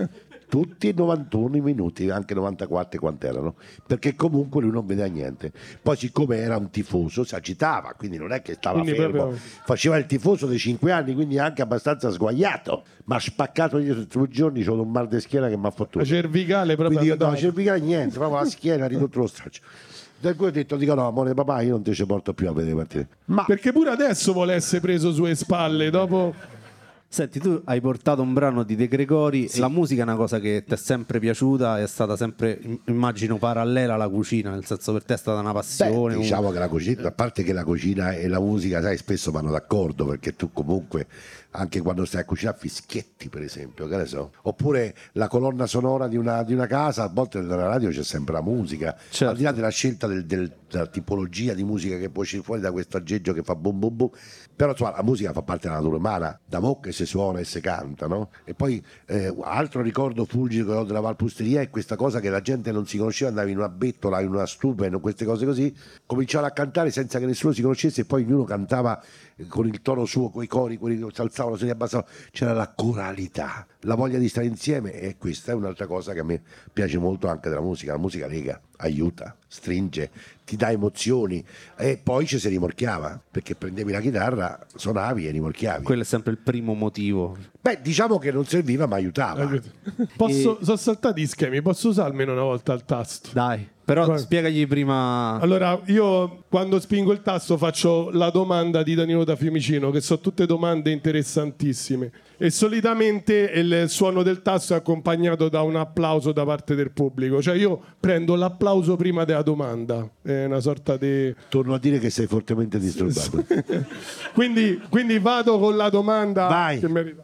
Tutti novantuno minuti, anche novantaquattro quanto erano, perché comunque lui non vedeva niente. Poi siccome era un tifoso si agitava, quindi non è che stava Quindi fermo, proprio- faceva il tifoso dei cinque anni, quindi anche abbastanza sguagliato, ma ha spaccato dietro due giorni, c'ho un mal di schiena che mi ha fottuto. La cervicale proprio... Quindi io no, andata. cervicale niente, proprio la schiena, ridotto lo straccio. Da cui ho detto, dico no, amore papà, io non ti ci porto più a vedere partite. Ma Perché pure adesso vuole essere preso sulle spalle, dopo... Senti, tu hai portato un brano di De Gregori, la musica è una cosa che ti è sempre piaciuta, è stata sempre, immagino, parallela alla cucina, nel senso per te è stata una passione. Beh, diciamo che la cucina, a parte che la cucina e la musica, sai, spesso vanno d'accordo, perché tu comunque anche quando stai a cucinare fischietti, per esempio, che ne so, oppure la colonna sonora di una, di una casa, a volte nella radio c'è sempre la musica, Certo. al di là della scelta del- del- della tipologia di musica che può uscire fuori da questo aggeggio che fa boom boom boom, però insomma, la musica fa parte della natura umana, da mo' che si suona e si canta, no? E poi eh, altro ricordo fulgido che ho della Valpusteria è questa cosa che la gente non si conosceva, andavi in una bettola, in una stupa, in queste cose così, cominciavano a cantare senza che nessuno si conoscesse, e poi ognuno cantava eh, con il tono suo, con i cori, quelli che si alzavano, se ne abbassavano, c'era la coralità, la voglia di stare insieme, e questa è un'altra cosa che a me piace molto anche della musica. La musica, lega, aiuta, stringe, ti dà emozioni, e poi ci si rimorchiava, perché prendevi la chitarra, suonavi e rimorchiavi. Quello è sempre il primo motivo. Beh, diciamo che non serviva ma aiutava. Posso, sono saltati gli schemi, posso usare almeno una volta il tasto? Dai, però Guarda. spiegagli prima. Allora, io quando spingo il tasto faccio la domanda di Danilo da Fiumicino, che sono tutte domande interessantissime. E solitamente il suono del tasto è accompagnato da un applauso da parte del pubblico. Cioè io prendo l'applauso prima della domanda. È una sorta di... Torno a dire che sei fortemente disturbato. Quindi, quindi vado con la domanda. Vai. Che merita.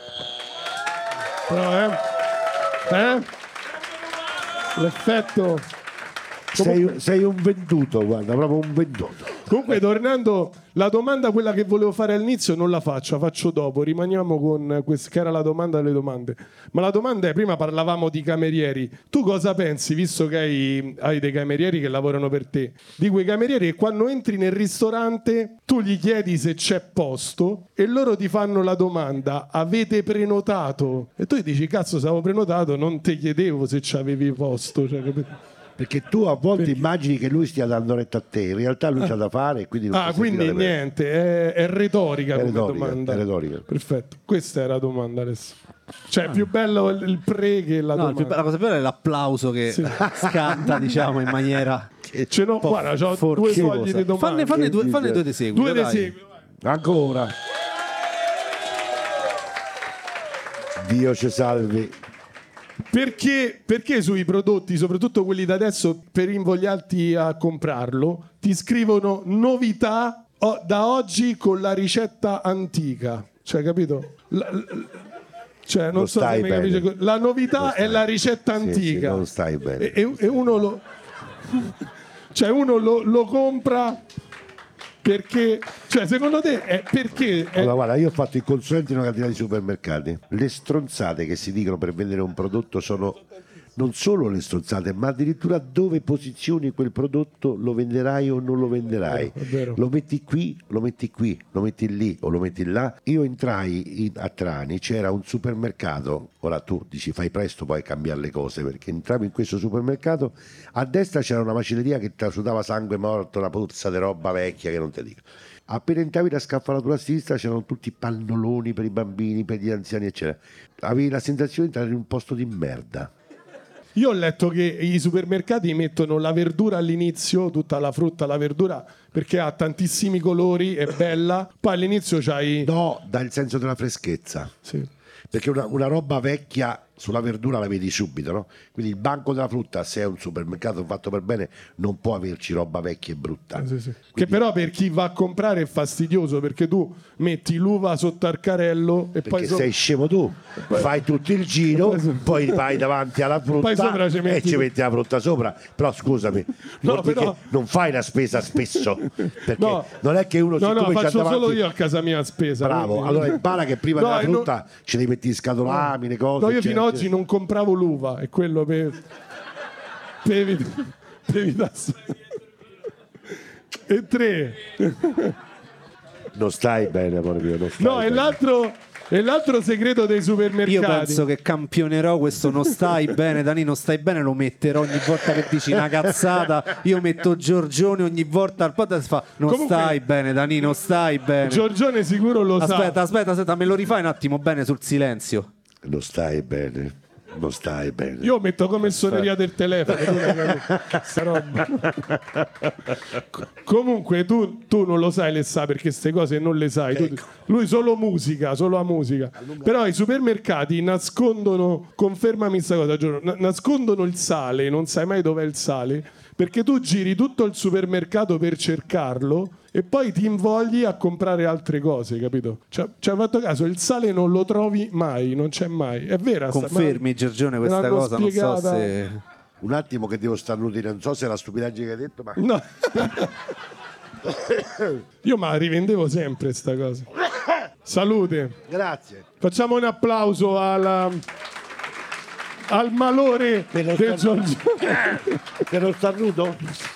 Però, eh? Eh? L'effetto... sei, sei un venduto, guarda, proprio un venduto. Comunque, tornando, la domanda, quella che volevo fare all'inizio, non la faccio, la faccio dopo. Rimaniamo con questa, che era la domanda delle domande. Ma la domanda è: prima parlavamo di camerieri. Tu cosa pensi, visto che hai, hai dei camerieri che lavorano per te, di quei camerieri che quando entri nel ristorante tu gli chiedi se c'è posto e loro ti fanno la domanda: avete prenotato? E tu gli dici: cazzo, se avevo prenotato, non ti chiedevo se c'avevi posto. Cioè, capito? Perché tu a volte immagini che lui stia dando retta a te, in realtà lui c'ha da fare e quindi non Ah, ti senti quindi da bene. niente, è, è retorica È come retorica, domanda. è retorica. Perfetto, questa è la domanda adesso. Cioè, è più bello il, il pre che la No, il più- domanda. la cosa bella è l'applauso che Sì. scatta, diciamo, in maniera. Ce n'ho, guarda, ho due forzosa. fogli di domande. Fanne, fanne due, fanne due di seguito. Due di dai. seguito. Ancora. Dio ci salvi. Perché, perché sui prodotti, soprattutto quelli da adesso, per invogliarti a comprarlo, ti scrivono novità o- da oggi con la ricetta antica? Cioè, capito? La- la- cioè, non Non so se stai mi bene. capisce. La novità Non è stai- la ricetta Sì, antica. sì, non stai bene. E, e- e uno lo... cioè, uno lo, lo compra perché... Cioè, secondo te è perché... È... Allora, guarda, io ho fatto il consulente in una catena di supermercati. Le stronzate che si dicono per vendere un prodotto sono non solo le stronzate, ma addirittura dove posizioni quel prodotto, lo venderai o non lo venderai. È vero. Lo metti qui, lo metti qui, lo metti lì o lo metti là. Io entrai in- a Trani, c'era un supermercato. Ora tu dici fai presto poi a cambiare le cose, perché entravi in questo supermercato, a destra c'era una macelleria che trasudava sangue morto, una puzza di roba vecchia che non ti dico. Appena entravi la scaffalatura a sinistra c'erano tutti i pannoloni per i bambini, per gli anziani eccetera. Avevi la sensazione di entrare in un posto di merda. Io ho letto che i supermercati mettono la verdura all'inizio, tutta la frutta, la verdura, perché ha tantissimi colori, è bella. Poi all'inizio c'hai... No, dà il senso della freschezza. Sì. Perché una, una roba vecchia sulla verdura la vedi subito, no? Quindi il banco della frutta, se è un supermercato fatto per bene, non può averci roba vecchia e brutta. Eh, sì, sì. Quindi- Che però per chi va a comprare è fastidioso, perché tu metti l'uva sotto al carrello e Perché poi so- sei scemo tu, fai tutto il giro, poi so- poi vai davanti alla frutta Poi sopra ci e metti- ci metti la frutta sopra. Però scusami, No, vuol dire però- che non fai la spesa spesso, perché No. non è che uno No, no, siccome c'ha faccio davanti... solo io a casa mia la spesa. Bravo, quindi- allora impara che prima No, della e non- frutta ce li metti in scatolami, le cose. No, io eccetera, fino ad oggi eccetera. non compravo l'uva, è quello per, per evitare. Per evitare- E tre. Non stai bene, amore mio, non stai No, e bene. l'altro, e l'altro segreto dei supermercati. Io penso che campionerò questo non stai bene, Dani, non stai bene, lo metterò ogni volta che dici una cazzata. Io metto Giorgione ogni volta al podcast fa non Comunque- stai bene, Dani, non stai bene. Giorgione sicuro lo Aspetta, sa. aspetta, aspetta, me lo rifai un attimo bene sul silenzio. Non stai bene, non stai bene. Io metto come suoneria del telefono. tu non capisci sta roba. Co- Comunque tu, tu non lo sai, le sa, perché queste cose non le sai. Tu- lui solo musica, solo la musica. Però i supermercati nascondono, confermami questa cosa, Giorgio, na- nascondono il sale, non sai mai dov'è il sale, perché tu giri tutto il supermercato per cercarlo e poi ti invogli a comprare altre cose, capito? Cioè, ci hai fatto caso, il sale non lo trovi mai, non c'è mai. È vera sta- Confermi, Giorgione, me questa l'hanno cosa, non so spiegata. se... Un attimo che devo starnutire, non so se è la stupidaggine che hai detto, ma No. Io ma la rivendevo sempre sta cosa. Salute. grazie. Facciamo un applauso alla- al malore Per lo del starnuto. Giorgio. Per lo starnuto?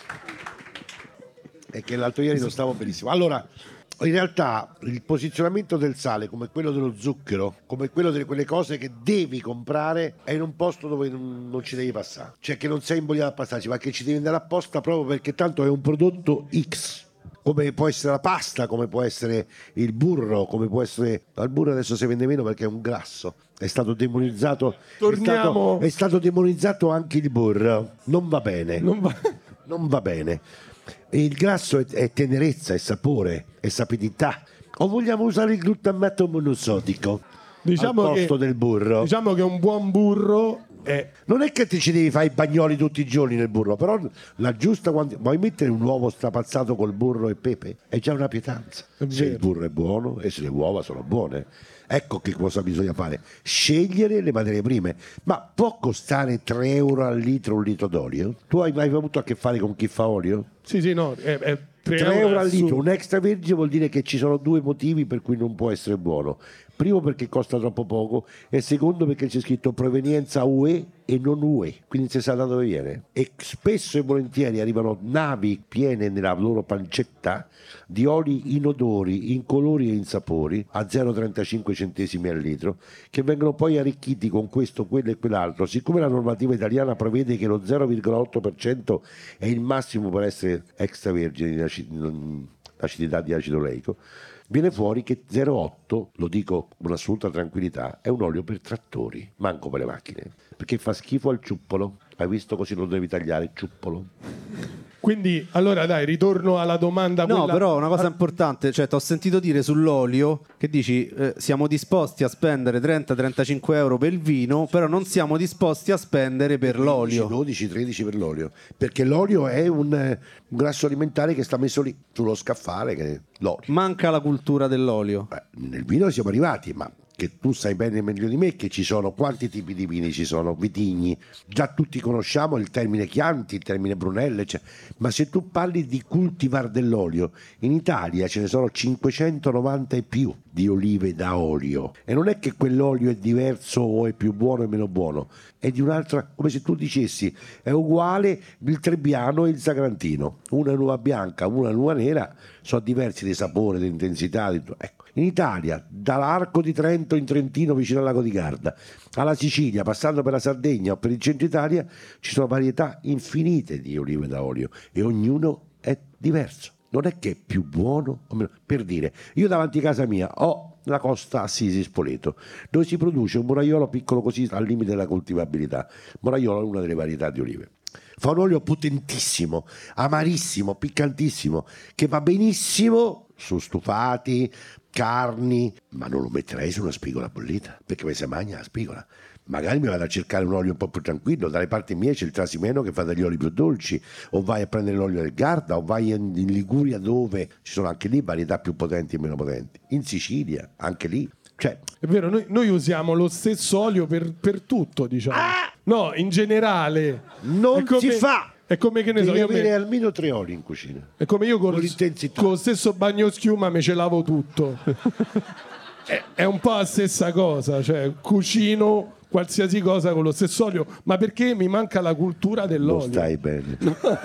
È che l'altro ieri non stavo benissimo. Allora, in realtà il posizionamento del sale, come quello dello zucchero, come quello delle quelle cose che devi comprare, è in un posto dove non, non ci devi passare. Cioè che non sei imboliato a passarci, ma che ci devi andare apposta proprio perché tanto è un prodotto X. Come può essere la pasta, come può essere il burro, come può essere... Il burro adesso si vende meno perché è un grasso. È stato demonizzato. Torniamo- È stato, è stato demonizzato anche il burro. Non va bene. Non va- Non va bene. E il grasso è, è tenerezza, è sapore, è sapidità. O vogliamo usare il glutamato monosodico Diciamo al che, posto del burro? diciamo che un buon burro è... Non è che ti ci devi fare i bagnoli tutti i giorni nel burro, però la giusta quantità. Vuoi mettere un uovo strapazzato col burro e pepe? È già una pietanza. È Se il vero. burro è buono e se le uova sono buone. Ecco che cosa bisogna fare. Scegliere le materie prime. Ma può costare tre euro al litro un litro d'olio? Tu hai mai avuto a che fare con chi fa olio? Sì, sì, no, è, è tre tre euro al assurdo. litro, un extravergine vuol dire che ci sono due motivi per cui non può essere buono. Primo perché costa troppo poco e secondo perché c'è scritto provenienza U E e non U E, quindi si sa da dove viene. E spesso e volentieri arrivano navi piene nella loro pancetta di oli inodori, incolori e insapori a zero virgola trentacinque centesimi al litro, che vengono poi arricchiti con questo, quello e quell'altro. Siccome la normativa italiana prevede che lo zero virgola otto per cento è il massimo per essere extravergine di acid- non- acidità di acido oleico, viene fuori che zero virgola otto, lo dico con assoluta tranquillità, è un olio per trattori, manco per le macchine, perché fa schifo al ciuppolo. Hai visto, così lo devi tagliare, ciuppolo. Quindi, allora dai, ritorno alla domanda. No, quella- però una cosa importante, cioè ti ho sentito dire sull'olio che dici eh, siamo disposti a spendere trenta trentacinque euro per il vino, però non siamo disposti a spendere per l'olio. dodici tredici per l'olio, perché l'olio è un, eh, un grasso alimentare che sta messo lì sullo scaffale, che è l'olio. Manca la cultura dell'olio. Eh, nel vino siamo arrivati, ma che tu sai bene meglio di me che ci sono quanti tipi di vini ci sono, vitigni, già tutti conosciamo il termine Chianti, il termine Brunello, eccetera. Ma se tu parli di cultivar dell'olio, in Italia ce ne sono cinquecentonovanta e più di olive da olio, e non è che quell'olio è diverso o è più buono o meno buono, è di un'altra, come se tu dicessi è uguale il Trebbiano e il Sagrantino, una è l'uva bianca, una è l'uva nera, sono diversi di sapore, di intensità, di... ecco. In Italia, dall'Arco di Trento in Trentino vicino al lago di Garda alla Sicilia, passando per la Sardegna o per il centro Italia, ci sono varietà infinite di olive da olio e ognuno è diverso. Non è che è più buono o meno. Per dire, io davanti a casa mia ho la Costa Assisi Spoleto, dove si produce un moraiolo piccolo così al limite della coltivabilità. Moraiolo è una delle varietà di olive. Fa un olio potentissimo, amarissimo, piccantissimo, che va benissimo su stufati, carni, ma non lo metterei su una spigola bollita, perché mi si mangia la spigola. Magari mi vado a cercare un olio un po' più tranquillo, dalle parti mie c'è il Trasimeno che fa degli oli più dolci, o vai a prendere l'olio del Garda, o vai in, in Liguria dove ci sono anche lì varietà più potenti e meno potenti, in Sicilia anche lì. Cioè, è vero, noi, noi usiamo lo stesso olio per, per tutto, diciamo. Ah! No, in generale. Non è come, si fa! È come che ne so, devi io avere me, almeno tre oli in cucina. è come io con col, l'intensità. con lo stesso bagno schiuma me ce lavo tutto. è, è un po' la stessa cosa, cioè cucino qualsiasi cosa con lo stesso olio, ma perché mi manca la cultura dell'olio. Non stai bene.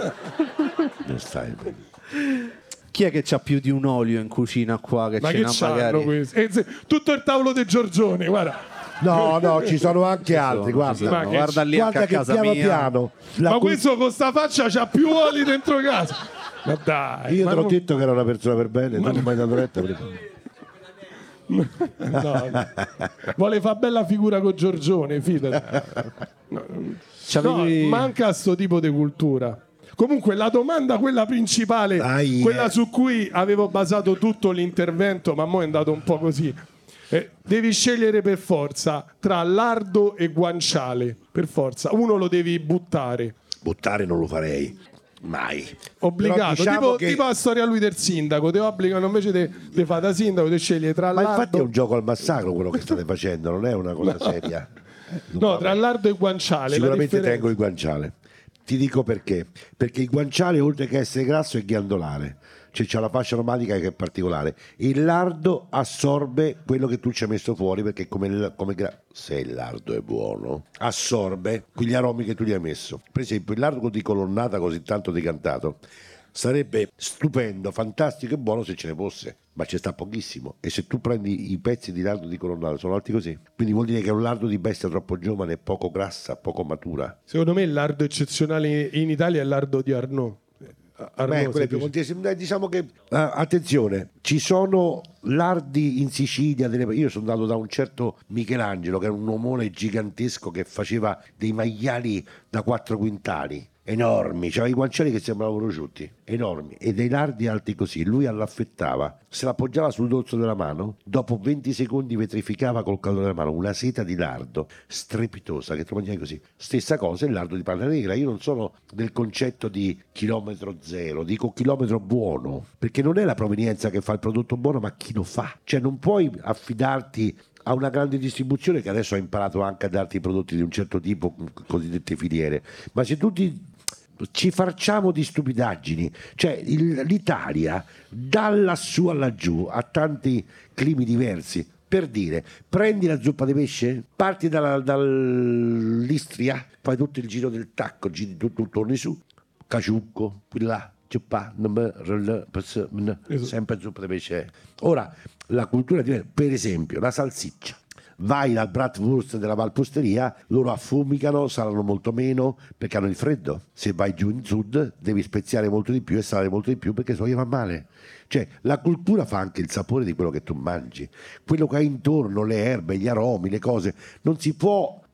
Non stai bene. Chi è che c'ha più di un olio in cucina qua? Che Ma ce che n'ha c'hanno magari? questi? Eh, se- tutto il tavolo di Giorgione, guarda. No, no, ci sono anche altri, Ci guarda. sono, Ma che- guarda lì anche Guarda a che casa piano mia. piano. la Ma cul- questo con sta faccia c'ha più oli dentro casa. Ma dai. Io ma te l'ho non- detto che era una persona per bene, tu non mi hai dato retta. No, no. Vuole fare bella figura con Giorgione, fidati. No, no, C'avevi- manca sto tipo di cultura. Comunque la domanda, quella principale, Aia. quella su cui avevo basato tutto l'intervento, ma mo' è andato un po' così. Eh, devi scegliere per forza tra lardo e guanciale, per forza. Uno lo devi buttare, Buttare non lo farei, mai. obbligato. Però diciamo tipo, che- tipo la storia lui del sindaco, ti obbligano invece di fare da sindaco, di scegliere tra Ma infatti è lardo... un gioco al massacro quello che state facendo, non è una cosa seria. Non No, va tra bene. lardo e guanciale. la Sicuramente differenza- tengo il guanciale. Ti dico perché. Perché il guanciale, oltre che essere grasso, è ghiandolare. Cioè c'è la fascia aromatica che è particolare. Il lardo assorbe quello che tu ci hai messo fuori, perché come, il- come gra- se il lardo è buono, assorbe quegli aromi che tu gli hai messo. Per esempio, il lardo di colonnata così tanto decantato sarebbe stupendo, fantastico e buono se ce ne fosse, ma ci sta pochissimo. E se tu prendi i pezzi di lardo di colonnata sono alti così, quindi vuol dire che è un lardo di bestia troppo giovane, poco grassa, poco matura. Secondo me il lardo eccezionale in Italia è il lardo di Arnaud. Arnaud, Beh, quello si è più dice. contesimo. Diciamo che ah, attenzione, ci sono lardi in Sicilia. Delle... Io sono andato da un certo Michelangelo, che era un omone gigantesco che faceva dei maiali da quattro quintali. Enormi, c'aveva i guanciali che sembravano prosciutti, enormi, e dei lardi alti così. Lui all'affettava, se l'appoggiava sul dorso della mano, dopo venti secondi vetrificava col calore della mano una seta di lardo strepitosa che tu mangiavi così. Stessa cosa il lardo di panna negra. Io non sono del concetto di chilometro zero, dico chilometro buono, perché non è la provenienza che fa il prodotto buono, ma chi lo fa. Cioè non puoi affidarti a una grande distribuzione che adesso ha imparato anche a darti prodotti di un certo tipo, cosiddette filiere, ma se tu ti ci facciamo di stupidaggini, cioè il- l'Italia da lassù a laggiù ha tanti climi diversi. Per dire, prendi la zuppa di pesce, parti dalla- dall'Istria, fai tutto il giro del tacco, giri tutto, torni su, caciucco, qui là, zuppa, n- r- pes- n- sempre zuppa di pesce. Ora, la cultura diversa, per esempio, la salsiccia. Vai al Bratwurst della Valposteria, loro affumicano, salano molto meno perché hanno il freddo. Se vai giù in sud devi speziare molto di più e salare molto di più perché so gli va male. Cioè la cultura fa anche il sapore di quello che tu mangi, quello che hai intorno, le erbe, gli aromi, le cose. Non si può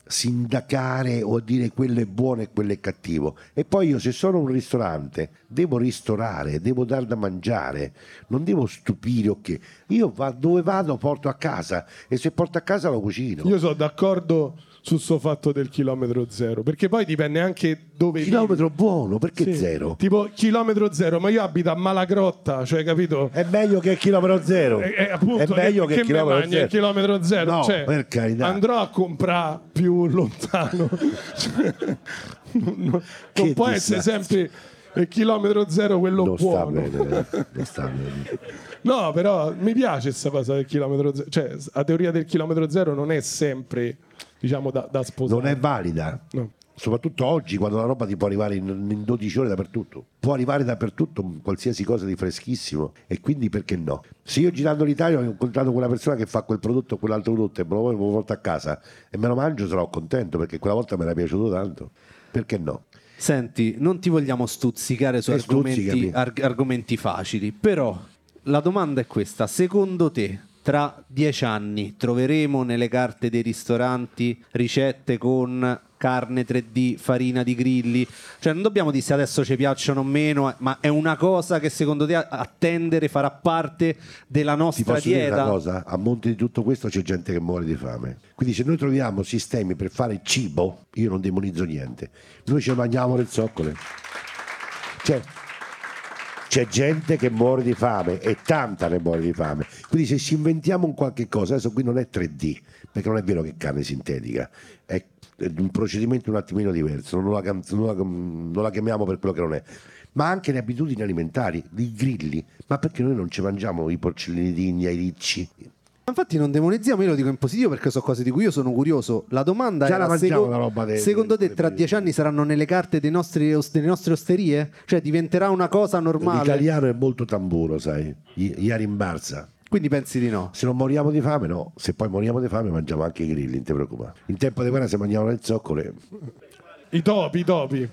sindacare o dire quello è buono e quello è cattivo. E poi io, se sono un ristorante, devo ristorare, devo dar da mangiare, non devo stupire o che. Io va, dove vado porto a casa, e se porto a casa lo cucino. Io sono d'accordo sul suo fatto del chilometro zero, perché poi dipende anche dove Chilometro vivi. buono, perché Sì, zero? tipo chilometro zero, ma io abito a Malagrotta, cioè, capito? È meglio che chilometro zero. Eh, eh, appunto, è meglio che, che, che chilometro me mangi zero. il chilometro zero, No, cioè, per carità. andrò a comprare più lontano. Cioè, non non Che può ti essere sta- sempre il chilometro zero quello Non sta buono. bene, eh, non sta bene. No, però mi piace questa cosa del chilometro zero, cioè la teoria del chilometro zero non è sempre, diciamo, da, da sposare. Non è valida. No. Soprattutto oggi, quando la roba ti può arrivare in, in dodici ore dappertutto, può arrivare dappertutto qualsiasi cosa di freschissimo, e quindi perché no? Se io, girando l'Italia, ho incontrato quella persona che fa quel prodotto o quell'altro prodotto e me lo voglio porto a casa e me lo mangio, sarò contento, perché quella volta mi era piaciuto tanto. Perché no? Senti, non ti vogliamo stuzzicare su Eh, argomenti, stuzzicami. arg- argomenti facili, però la domanda è questa: secondo te tra dieci anni troveremo nelle carte dei ristoranti ricette con carne tre D, farina di grilli? Cioè, non dobbiamo dire se adesso ci piacciono o meno, ma è una cosa che secondo te a- attendere farà parte della Ti nostra posso dire una dieta? cosa? A monte di tutto questo c'è gente che muore di fame. Quindi se noi troviamo sistemi per fare cibo, io non demonizzo niente. Noi ci mangiamo le zoccole. Cioè, c'è gente che muore di fame, e tanta ne muore di fame. Quindi se ci inventiamo un qualche cosa, adesso qui non è tre D, perché non è vero che è carne sintetica, è un procedimento un attimino diverso, non la, non la, non la chiamiamo per quello che non è. Ma anche le abitudini alimentari, i grilli. Ma perché noi non ci mangiamo i porcellini di India, i ricci? Infatti non demonizziamo, io lo dico in positivo perché sono cose di cui io sono curioso. La domanda Già è: la mangiamo la roba de- secondo de- te tra de- dieci anni saranno nelle carte dei nostri, os- delle nostre osterie? Cioè diventerà una cosa normale? L'italiano è molto tamburo, sai, gli, gli rimbalza. Quindi pensi di no? Se non moriamo di fame, no. Se poi moriamo di fame, mangiamo anche i grilli, non ti preoccupare. In tempo di guerra, se mangiamo le zoccole, I topi, i topi.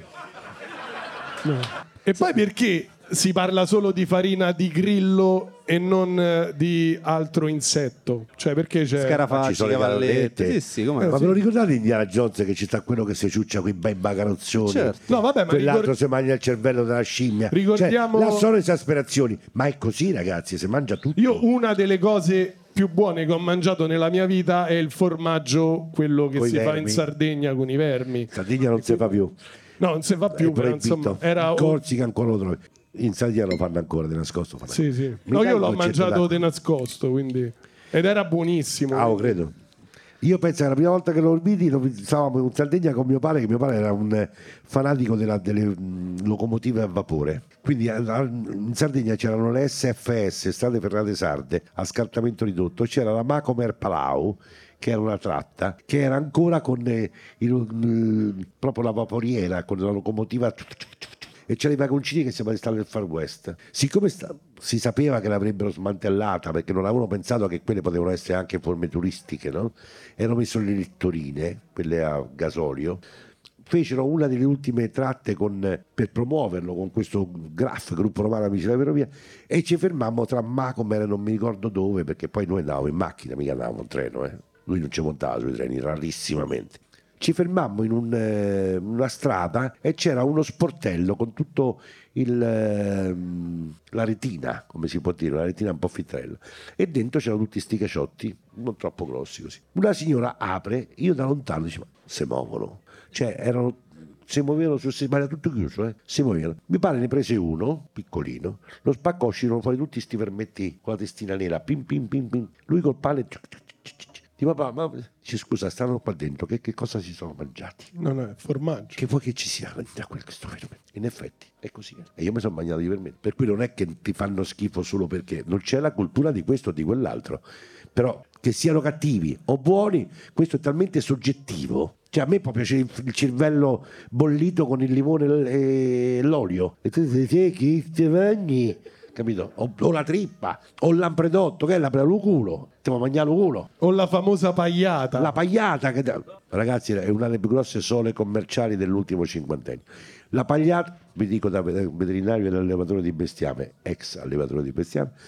No. E poi perché si parla solo di farina di grillo e non eh, di altro insetto? Cioè, perché c'è... Ma ci Scarafaggi, sono le cavallette. cavallette. Sì, sì, come Eh, no? ma ve lo ricordate Indiana Jones, che ci sta quello che si ciuccia quei bei bagarozzoni? Certo. No, vabbè, ma Quell'altro ricor- si mangia il cervello della scimmia. Ricordiamo- Cioè, là sono esasperazioni, ma è così, ragazzi, si mangia tutto. Io una delle cose più buone che ho mangiato nella mia vita è il formaggio, quello che Coi si fa vermi. in Sardegna con i vermi. Sardegna non si fa più. No, non si fa È più, però proibito. insomma, era... In Corsica ancora lo trovi. In Sardegna lo fanno ancora di nascosto. fanno. Sì, sì. Mi No, dai io un l'ho goccetto mangiato d'acqua? di nascosto, quindi... Ed era buonissimo. Ah, lo credo. Io penso che la prima volta che lo vidi, lo stavamo in Sardegna con mio padre, che mio padre era un eh, fanatico della- delle mh, locomotive a vapore. Quindi a- a- in Sardegna c'erano le S F S, Strade Ferrate Sarde, a scartamento ridotto, c'era la Macomer Palau, che era una tratta, che era ancora con eh, il- il- proprio la vaporiera, con la locomotiva, e c'erano i vagoncini che sembrava di stare nel Far West. Siccome sta- si sapeva che l'avrebbero smantellata, perché non avevano pensato che quelle potevano essere anche forme turistiche, no? Erano messo le lettorine, quelle a gasolio, fecero una delle ultime tratte con, per promuoverlo con questo Graf, gruppo romano amici della ferrovia, e ci fermammo tra Macomer e non mi ricordo dove, perché poi noi andavamo in macchina, mica andavamo in treno, eh. Lui non ci montava sui treni, rarissimamente. Ci fermammo in un, eh, una strada e c'era uno sportello con tutto il, ehm, la retina, come si può dire, una retina un po' fittarella, e dentro c'erano tutti sti caciotti, non troppo grossi così. Una signora apre, io da lontano dicevo, ma si muovono, cioè erano, si muovevano sul ma era tutto chiuso, eh? Si muovevano. Mi pare ne prese uno, piccolino, lo spaccò, uscirono fuori tutti sti vermetti con la testina nera, pim pim pim pim, lui col pane, ciuc, ciuc, ciuc, ciuc. Dico, papà, ma dice, scusa, stanno qua dentro, che, che cosa si sono mangiati? Non è formaggio. Che vuoi che ci sia da questo fenomeno? In effetti è così, eh. E io mi sono mangiato di vermetto, per cui non è che ti fanno schifo solo perché non c'è la cultura di questo o di quell'altro, però che siano cattivi o buoni, questo è talmente soggettivo. Cioè a me può piacere il il cervello bollito con il limone e l'olio, e tu dici chi ti mangi, capito? O, o la trippa, o il lampredotto, che è la per lo culo, stiamo mangiando lo culo. O la famosa pagliata. La pagliata, che ragazzi, è una delle più grosse sole commerciali dell'ultimo cinquantennio. La pagliata, vi dico da veterinario e allevatore di bestiame, ex allevatore di bestiame,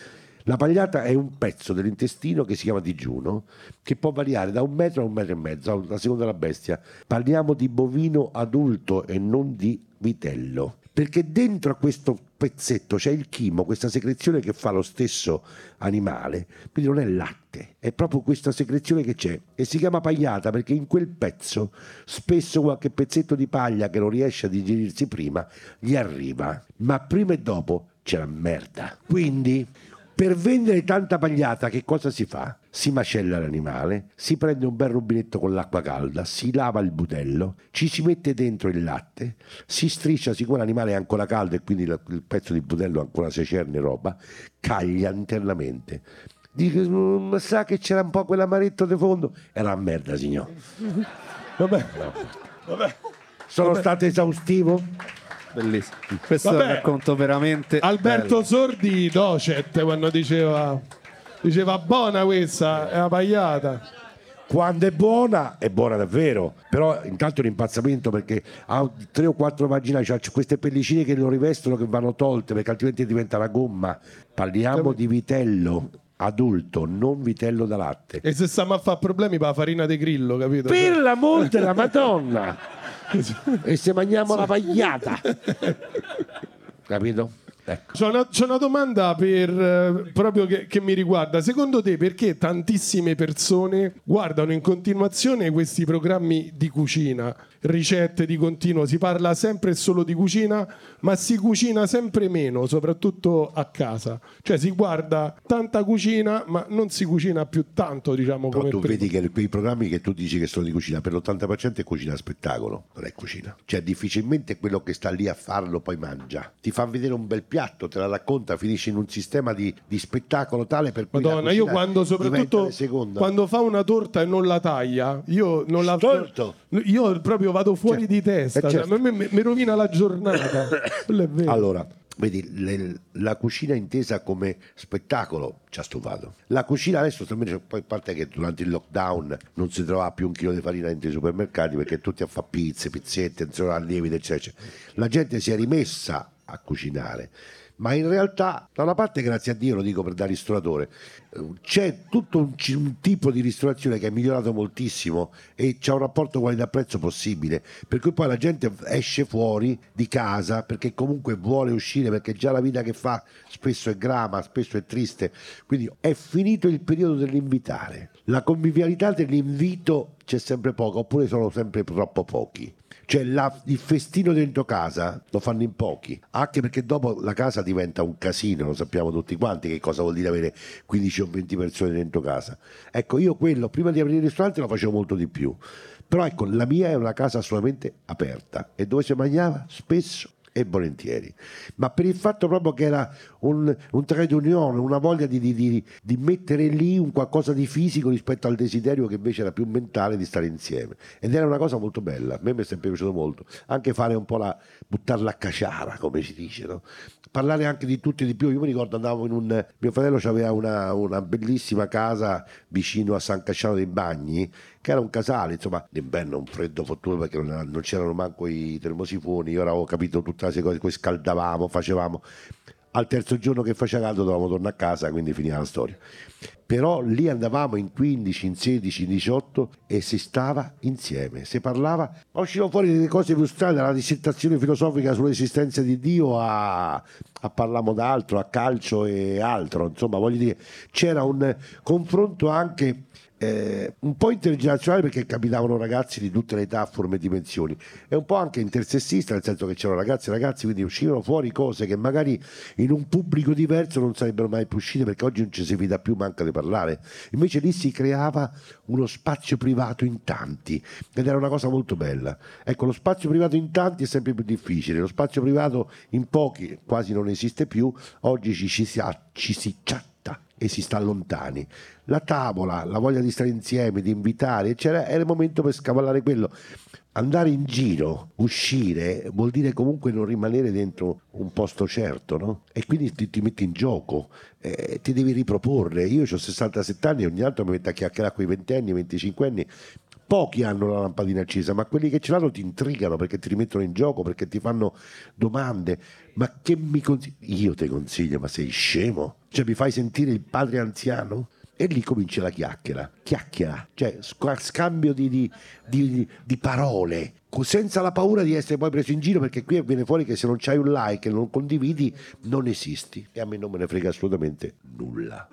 La pagliata è un pezzo dell'intestino che si chiama digiuno, che può variare da un metro a un metro e mezzo, a seconda della bestia. Parliamo di bovino adulto e non di vitello, perché dentro a questo pezzetto c'è il chimo, questa secrezione che fa lo stesso animale, quindi non è latte, è proprio questa secrezione che c'è e si chiama pagliata perché in quel pezzo spesso qualche pezzetto di paglia che non riesce a digerirsi prima gli arriva, ma prima e dopo c'è la merda. Quindi per vendere tanta pagliata che cosa si fa? Si macella l'animale, si prende un bel rubinetto con l'acqua calda, si lava il budello, ci si mette dentro il latte, si striscia, siccome l'animale è ancora caldo e quindi il pezzo di budello ancora secerne roba, caglia internamente. Dico, ma sa che c'era un po' quell'amaretto di fondo? Era una merda, signor. Vabbè. Vabbè. Sono Vabbè. stato esaustivo? Bellissimo. Questo Vabbè. è un racconto veramente Alberto bello. Sordi docet quando diceva diceva buona questa è una pagliata. Quando è buona, è buona davvero, però intanto è un impazzamento perché ha tre o quattro vaginali, cioè queste pellicine che lo rivestono che vanno tolte perché altrimenti diventa una gomma. Parliamo di vitello adulto, non vitello da latte. E se stiamo a fare problemi per la farina di grillo, capito? Per l'amor della Madonna! E se mangiamo la pagliata, capito? Ecco. C'è una, c'è una domanda per, eh, proprio che, che mi riguarda. Secondo te perché tantissime persone guardano in continuazione questi programmi di cucina, ricette di continuo? Si parla sempre e solo di cucina, ma si cucina sempre meno, soprattutto a casa. Cioè si guarda tanta cucina, ma non si cucina più tanto, diciamo. Però come tu prima. vedi che quei programmi che tu dici che sono di cucina, per l'ottanta per cento è cucina spettacolo, non è cucina. Cioè difficilmente quello che sta lì a farlo poi mangia. Ti fa vedere un bel piatto, te la racconta, finisce in un sistema di, di spettacolo tale per cui Madonna, la io cucina quando soprattutto seconda. quando fa una torta e non la taglia, io non la Stolto. io proprio vado fuori Cioè, di testa, eh, certo. cioè, mi, mi- mi rovina la giornata. Quello è vero. Allora, vedi, le- la cucina intesa come spettacolo ci ha stufato. La cucina adesso, poi a parte che durante il lockdown non si trovava più un chilo di farina dentro i supermercati perché tutti a fare pizze, pizzette, insalata al lievito, eccetera, eccetera. La gente si è rimessa a cucinare. Ma in realtà, da una parte, grazie a Dio, lo dico per da ristoratore, eh, c'è tutto un, c- un tipo di ristorazione che è migliorato moltissimo e c'è un rapporto qualità-prezzo possibile, per cui poi la gente esce fuori di casa perché comunque vuole uscire, perché già la vita che fa spesso è grama, spesso è triste, quindi è finito il periodo dell'invitare. La convivialità dell'invito c'è sempre poca, oppure sono sempre troppo pochi. Cioè la- il festino dentro casa lo fanno in pochi, anche perché dopo la casa diventa un casino, lo sappiamo tutti quanti che cosa vuol dire avere quindici o venti persone dentro casa. Ecco, io quello prima di aprire il ristorante lo facevo molto di più, però ecco, la mia è una casa assolutamente aperta e dove si mangiava spesso e volentieri, ma per il fatto proprio che era un, un trade union, una voglia di, di- di- di mettere lì un qualcosa di fisico rispetto al desiderio che invece era più mentale di stare insieme, ed era una cosa molto bella. A me mi è sempre piaciuto molto anche fare un po' la buttarla a caciara, come si dice, no? Parlare anche di tutto e di più. Io mi ricordo andavo in un mio fratello aveva una, una bellissima casa vicino a San Casciano dei Bagni, che era un casale, insomma, d'inverno un freddo fottuto perché non, non c'erano manco i termosifoni. Io avevo capito tutte queste cose, poi scaldavamo, facevamo. Al terzo giorno che faceva caldo dovevamo tornare a casa, quindi finiva la storia. Però lì andavamo in quindici, in sedici, in diciotto e si stava insieme, si parlava, ma uscivano fuori delle cose più strane, dalla dissertazione filosofica sull'esistenza di Dio a, a parliamo d'altro, a calcio e altro. Insomma, voglio dire, c'era un confronto anche eh, un po' intergenerazionale, perché capitavano ragazzi di tutte le età, forme e dimensioni, e un po' anche intersessista, nel senso che c'erano ragazzi e ragazzi, quindi uscivano fuori cose che magari in un pubblico diverso non sarebbero mai più uscite, perché oggi non ci si fida più manca di parlare. Invece lì si creava uno spazio privato in tanti ed era una cosa molto bella. Ecco, lo spazio privato in tanti è sempre più difficile, lo spazio privato in pochi quasi non esiste più. Oggi ci, ci si, ci si chatta e si sta lontani. La tavola, la voglia di stare insieme, di invitare, eccetera, era il momento per scavallare quello. Andare in giro, uscire, vuol dire comunque non rimanere dentro un posto certo, no? E quindi ti, ti metti in gioco, eh, ti devi riproporre. Io ho sessantasette anni e ogni tanto mi metto a chiacchierare con i ventenni, venticinquenni. Pochi hanno la lampadina accesa, ma quelli che ce l'hanno ti intrigano perché ti rimettono in gioco, perché ti fanno domande. Ma che mi consigli? Io ti consiglio, ma sei scemo? Cioè mi fai sentire il padre anziano? E lì comincia la chiacchiera, chiacchiera, cioè sc- scambio di, di, di, di parole, senza la paura di essere poi preso in giro, perché qui viene fuori che se non c'hai un like e non condividi non esisti, e a me non me ne frega assolutamente nulla.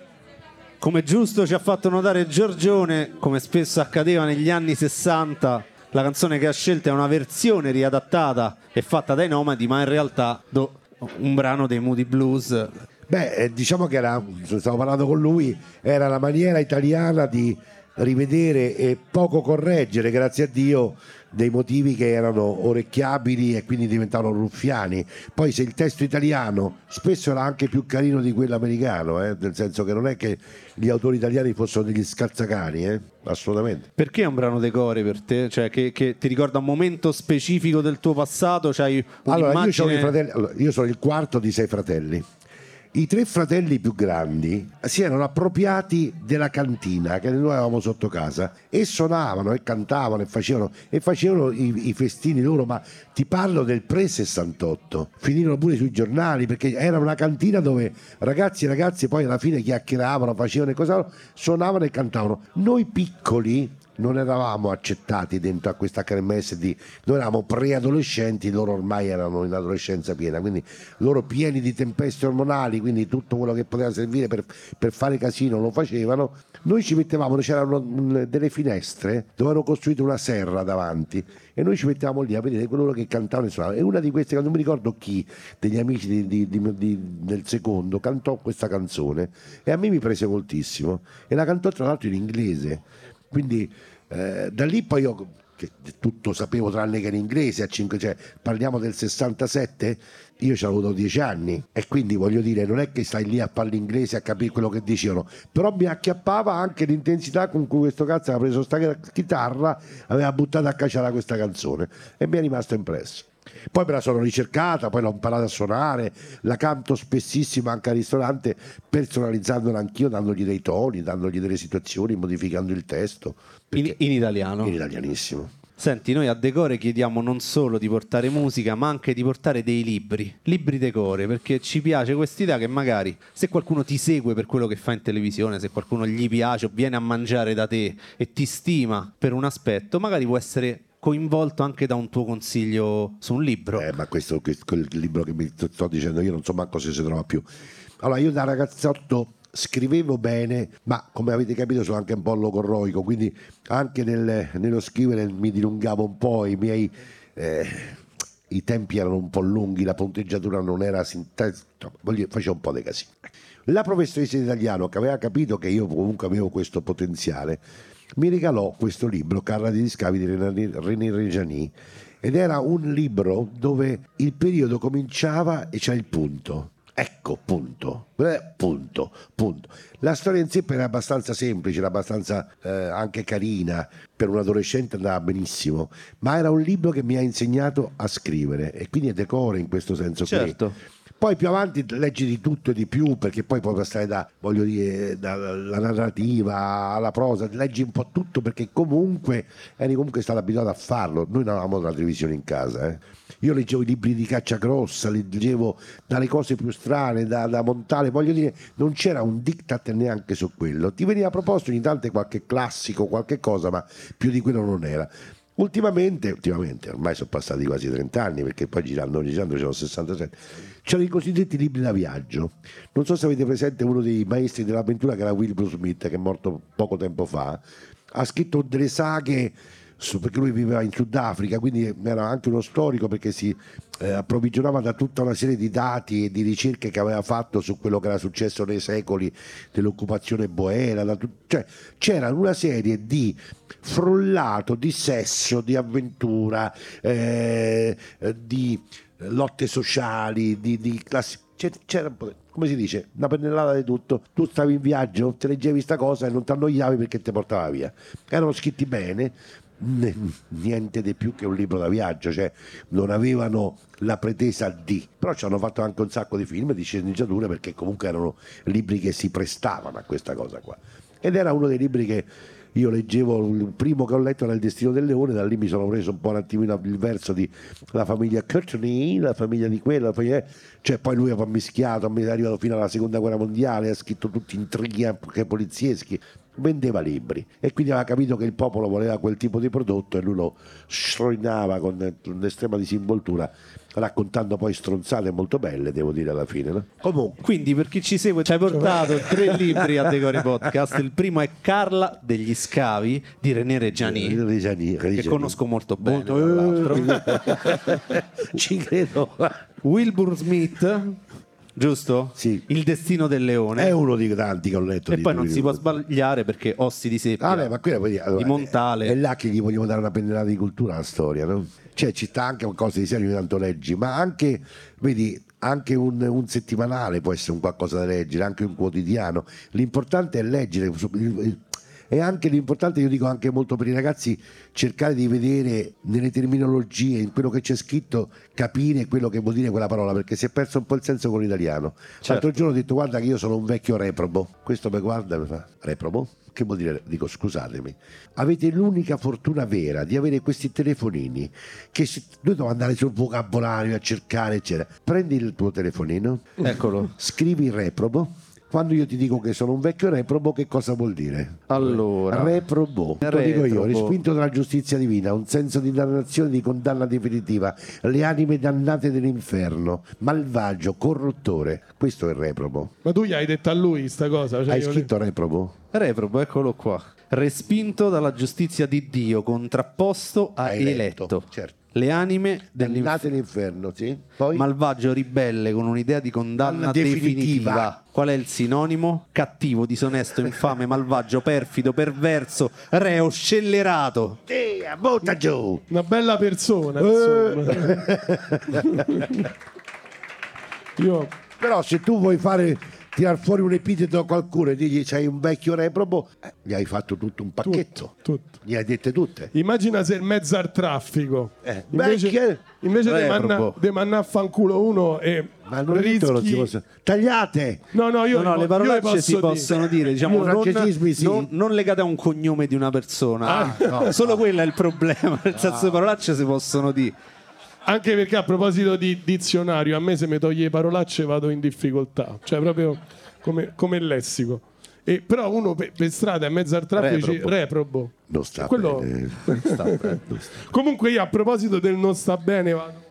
Come giusto ci ha fatto notare Giorgione, come spesso accadeva negli anni sessanta, la canzone che ha scelto è una versione riadattata e fatta dai Nomadi, ma in realtà do, un brano dei Moody Blues. Beh, eh, diciamo che era, stavo parlando con lui, era la maniera italiana di rivedere e poco correggere, grazie a Dio, dei motivi che erano orecchiabili e quindi diventavano ruffiani. Poi se il testo italiano spesso era anche più carino di quello americano, eh, nel senso che non è che gli autori italiani fossero degli scazzacani, eh, assolutamente. Perché è un brano decore per te? Cioè che, che ti ricorda un momento specifico del tuo passato? C'hai Allora, io, un'immagine... i fratelli, allora, io sono il quarto di sei fratelli. I tre fratelli più grandi si erano appropriati della cantina che noi avevamo sotto casa e suonavano e cantavano e facevano, e facevano i, i festini loro, ma ti parlo del pre-sessantotto, finirono pure sui giornali perché era una cantina dove ragazzi e ragazze poi alla fine chiacchieravano, facevano e cosa, suonavano e cantavano. Noi piccoli non eravamo accettati dentro a questa kermesse di, noi eravamo preadolescenti, loro ormai erano in adolescenza piena, quindi loro pieni di tempeste ormonali, quindi tutto quello che poteva servire per, per fare casino lo facevano. Noi ci mettevamo, c'erano delle finestre dove erano costruite una serra davanti e noi ci mettevamo lì a vedere quello che cantavano e suonavano, e una di queste, non mi ricordo chi degli amici di, di, di, di, del secondo cantò questa canzone e a me mi prese moltissimo e la cantò tra l'altro in inglese. Quindi eh, da lì poi io che tutto sapevo tranne che in inglese a cinque, cioè, parliamo del sessantasette, io ci avevo dieci anni e quindi voglio dire non è che stai lì a parlare inglese a capire quello che dicevano, però mi acchiappava anche l'intensità con cui questo cazzo aveva preso sta chitarra, aveva buttato a cacciare questa canzone e mi è rimasto impresso. Poi me la sono ricercata, poi l'ho imparata a suonare, la canto spessissimo anche al ristorante, personalizzandola anch'io, dandogli dei toni, dandogli delle situazioni, modificando il testo. In, in italiano? In italianissimo. Senti, noi a Decore chiediamo non solo di portare musica, ma anche di portare dei libri, libri Decore, perché ci piace quest'idea che magari se qualcuno ti segue per quello che fa in televisione, se qualcuno gli piace o viene a mangiare da te e ti stima per un aspetto, magari può essere coinvolto anche da un tuo consiglio su un libro. Eh, ma questo, questo quel libro che mi sto dicendo io non so manco se si trova più. Allora, io da ragazzotto scrivevo bene, ma come avete capito sono anche un po' logorroico, quindi anche nel, nello scrivere mi dilungavo un po', i miei eh, i tempi erano un po' lunghi, la punteggiatura non era sintetica, facevo un po' dei casini. La professoressa di italiano, che aveva capito che io comunque avevo questo potenziale, mi regalò questo libro, Carra degli scavi di René Reggiani, ed era un libro dove il periodo cominciava e c'era il punto. Ecco, punto, eh, punto, punto. La storia in sé era abbastanza semplice, era abbastanza eh, anche carina, per un adolescente andava benissimo, ma era un libro che mi ha insegnato a scrivere e quindi è Decore in questo senso. Certo. Qui. Poi più avanti leggi di tutto e di più, perché poi puoi passare da, voglio dire, dalla narrativa alla prosa, leggi un po' tutto perché comunque eri comunque stato abituato a farlo. Noi non avevamo la televisione in casa, eh. Io leggevo i libri di Cacciagrossa, leggevo dalle cose più strane, da, da Montale, voglio dire, non c'era un diktat neanche su quello. Ti veniva proposto ogni tanto qualche classico, qualche cosa, ma più di quello non era. Ultimamente, ultimamente, ormai sono passati quasi trenta anni, perché poi girando, girando c'erano sessantasette, c'erano i cosiddetti libri da viaggio. Non so se avete presente uno dei maestri dell'avventura che era Wilbur Smith, che è morto poco tempo fa, ha scritto delle saghe, su, perché lui viveva in Sudafrica, quindi era anche uno storico, perché si eh, approvvigionava da tutta una serie di dati e di ricerche che aveva fatto su quello che era successo nei secoli dell'occupazione boera, da tut- cioè c'era una serie di frullato di sesso, di avventura, eh, di lotte sociali, di, di classi. C'era, come si dice, una pennellata di tutto. Tu stavi in viaggio, te leggevi sta cosa e non ti annoiavi perché ti portava via. Erano scritti bene, niente di più che un libro da viaggio, cioè non avevano la pretesa di, però ci hanno fatto anche un sacco di film, di sceneggiature, perché comunque erano libri che si prestavano a questa cosa qua. Ed era uno dei libri che io leggevo, il primo che ho letto era Il destino del leone, da lì mi sono preso un po' un attimino il verso di la famiglia Courtney, la famiglia di quella, la famiglia... cioè poi lui ha mischiato, è arrivato fino alla seconda guerra mondiale, ha scritto tutti intrighi anche polizieschi, vendeva libri e quindi aveva capito che il popolo voleva quel tipo di prodotto e lui lo sciorinava con un'estrema disinvoltura, raccontando poi stronzate molto belle, devo dire, alla fine, no? Comunque, Quindi per chi ci segue ci hai portato tre libri a Decore Podcast. Il primo è Carla degli scavi di René Reggiani, Reggiani, che Reggiani. conosco molto bene, Molto- tra l'altro. ci credo. Wilbur Smith, giusto? Sì. Il destino del leone. È uno di tanti che ho letto. E di poi lui. non si può sbagliare perché Ossi di Seppia, Ah, beh, ma quella, poi, allora, di Montale. È, è là che gli vogliamo dare una pennellata di cultura alla storia, no? Cioè ci sta anche qualcosa di serio ogni tanto leggi, ma anche, vedi, anche un, un settimanale può essere un qualcosa da leggere, anche un quotidiano. L'importante è leggere. E anche l'importante, io dico anche molto per i ragazzi, cercare di vedere nelle terminologie, in quello che c'è scritto, capire quello che vuol dire quella parola, perché si è perso un po' il senso con l'italiano. Certo. L'altro giorno ho detto guarda che io sono un vecchio reprobo, questo mi guarda e mi fa reprobo? Che vuol dire? Dico scusatemi, avete l'unica fortuna vera di avere questi telefonini che si, noi dobbiamo andare sul vocabolario a cercare eccetera. Prendi il tuo telefonino, Eccolo. scrivi reprobo. Quando io ti dico che sono un vecchio reprobo, che cosa vuol dire? Allora, Reprobo, lo dico io, Reprobo. respinto dalla giustizia divina, un senso di dannazione, di condanna definitiva, le anime dannate dell'inferno, malvagio, corruttore, questo è il reprobo. Ma tu gli hai detto a lui sta cosa? Cioè, Hai io- scritto reprobo? Reprobo, eccolo qua. Respinto dalla giustizia di Dio, contrapposto a A eletto. eletto, certo. Le anime dell'inferno. Dannate l'inferno, sì. Poi? Malvagio ribelle con un'idea di condanna Condanna definitiva. definitiva. Qual è il sinonimo? Cattivo, disonesto, infame, malvagio, perfido, perverso, reo, scellerato. Sì, butta giù! Una bella persona, insomma. Io Però se tu vuoi fare tirar fuori un epiteto a qualcuno e digli sei un vecchio reprobo, eh, gli hai fatto tutto un pacchetto. tutto, tutto. Gli hai dette tutte. Immagina se in mezzo al traffico Eh, invece, vecchie- invece di Reprobo. manna, de manna a fanculo uno e Ma non è detto che non si rischi... possa. Tagliate! No, no, io No, no, io le parolacce posso si dire- possono dire, diciamo, Io non, francesismi sì. non- non legate a un cognome di una persona. Ah, no, Solo quello è il problema, nel senso le parolacce si possono dire. Anche perché a proposito di dizionario, a me se mi toglie le parolacce vado in difficoltà, cioè proprio come, come lessico. E però uno per, per strada in mezzo al traffico dice Reprobo. reprobo. Non sta Quello- bene. Sta bene. Comunque io a proposito del non sta bene vado.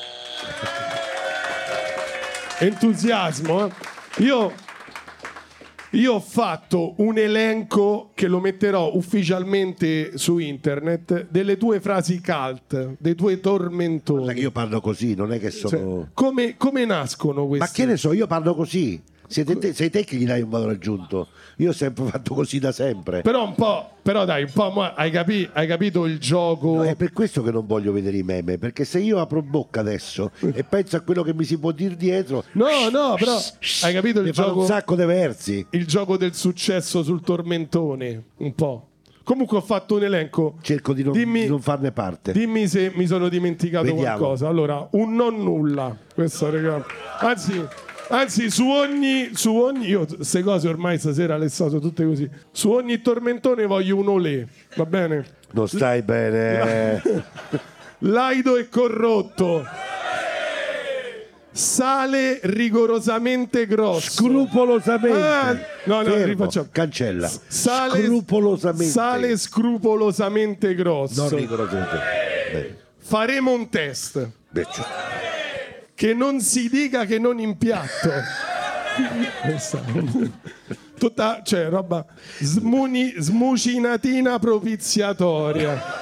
Entusiasmo, eh. Io Io ho fatto un elenco che lo metterò ufficialmente su internet delle tue frasi cult, dei tuoi tormentoni. Guarda che io parlo così, non è che sono. Cioè, come, come nascono questi? Ma che ne so, io parlo così. Siete te, sei te che gli dai un valore aggiunto. Io ho sempre fatto così da sempre. Però un po', però dai, un po' mo hai, capi- hai capito il gioco? No, è per questo che non voglio vedere i meme, perché se io apro bocca adesso e penso a quello che mi si può dire dietro, No, no, però hai capito il ne fanno gioco, un sacco di versi. il gioco del successo sul tormentone? Un po'. Comunque ho fatto un elenco. Cerco di non, Dimmi- di non farne parte. Dimmi se mi sono dimenticato Vediamo. qualcosa. Allora, un non nulla. Questo, raga. Anzi, anzi, su ogni, su ogni. Io queste cose ormai stasera le so, sono tutte così. Su ogni tormentone voglio un olè. Va bene? Non stai bene. Laido e corrotto. Sale rigorosamente grosso. Scrupolosamente. Ah, no, no, Fermo. rifacciamo. Cancella. Sale Scrupolosamente. Sale scrupolosamente grosso. Non rigorosamente. Bene. Faremo un test. Beh, cioè, Che non si dica che non impiatto. Questa- Tutta, cioè, roba smuni- smucinatina propiziatoria.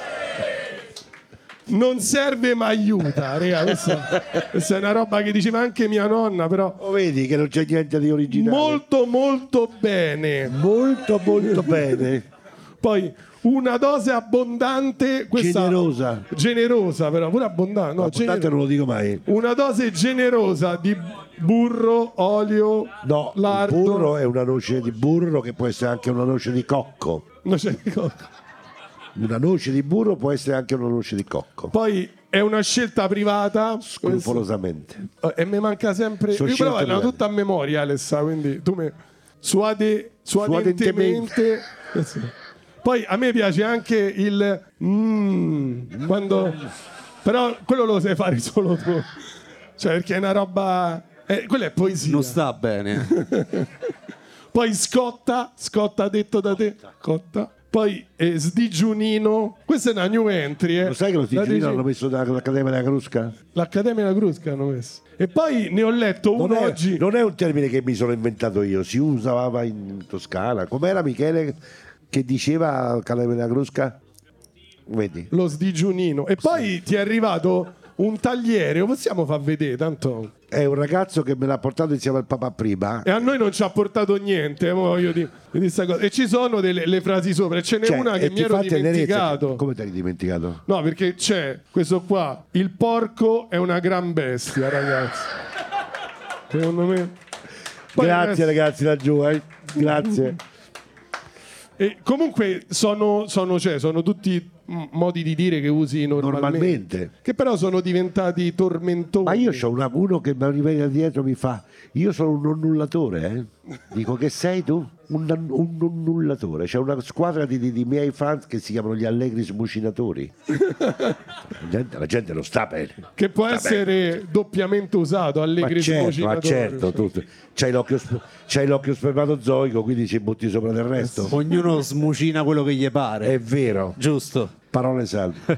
Non serve ma aiuta, raga. Questa, questa è una roba che diceva anche mia nonna, però lo vedi che non c'è niente di originale. molto molto bene. molto, molto bene. Poi una dose abbondante, questa Generosa. generosa però, pure abbondante, no, Abbondante gener- non lo dico mai. una dose generosa di burro, olio, No, il lardo, burro è una noce di burro che può essere anche una noce di cocco. noce di cocco. Una noce di burro può essere anche una noce di cocco. Poi è una scelta privata. Scrupolosamente. Questo- E mi manca sempre. Sono Io però scelte erano private. tutta a memoria, Alessa. Quindi tu mi. Suade, suadentemente. Questo. Poi a me piace anche il mm, quando, però quello lo sai fare solo tu, cioè perché è una roba, eh, quella è poesia. Non sta bene. Poi scotta, scotta detto da te, scotta. Poi eh, sdigiunino, questa è una new entry. Eh. Lo sai che lo La sdigiunino dici- hanno messo da- l'Accademia della Crusca? L'Accademia della Crusca hanno messo. E poi ne ho letto Non uno è, oggi. non è un termine che mi sono inventato io, si usava in Toscana. Com'era Michele che diceva Accademia della Crusca? Vedi? Lo sdigiunino. E poi ti è arrivato un tagliere, lo possiamo far vedere, tanto. È un ragazzo che me l'ha portato insieme al papà prima. E a noi non ci ha portato niente, eh, mo voglio dire, di sta cosa. E ci sono delle le frasi sopra, e ce n'è Cioè, una e che ti mi ero fa tenerezza. dimenticato. Come ti eri dimenticato? No, perché c'è questo qua, il porco è una gran bestia, ragazzi. Secondo me. Poi Grazie adesso- ragazzi laggiù, eh. Grazie. E comunque sono, sono, cioè, sono tutti mm, modi di dire che usi normalmente, Normalmente. che però sono diventati tormentosi. Ma io c'ho uno che mi riviene dietro mi fa, io sono un nonnullatore, eh? Dico, che sei tu? Un, nan- un nonnullatore. C'è una squadra di, di- di miei fans che si chiamano gli allegri smucinatori. La gente, la gente lo sta bene. Che può Sta essere doppiamente usato, Ma allegri certo, ma smucinatori. certo, tu, c'hai l'occhio, sp- c'hai l'occhio spermatozoico, quindi ci butti sopra del resto. Ognuno smucina quello che gli pare. È vero, Giusto. parole salve.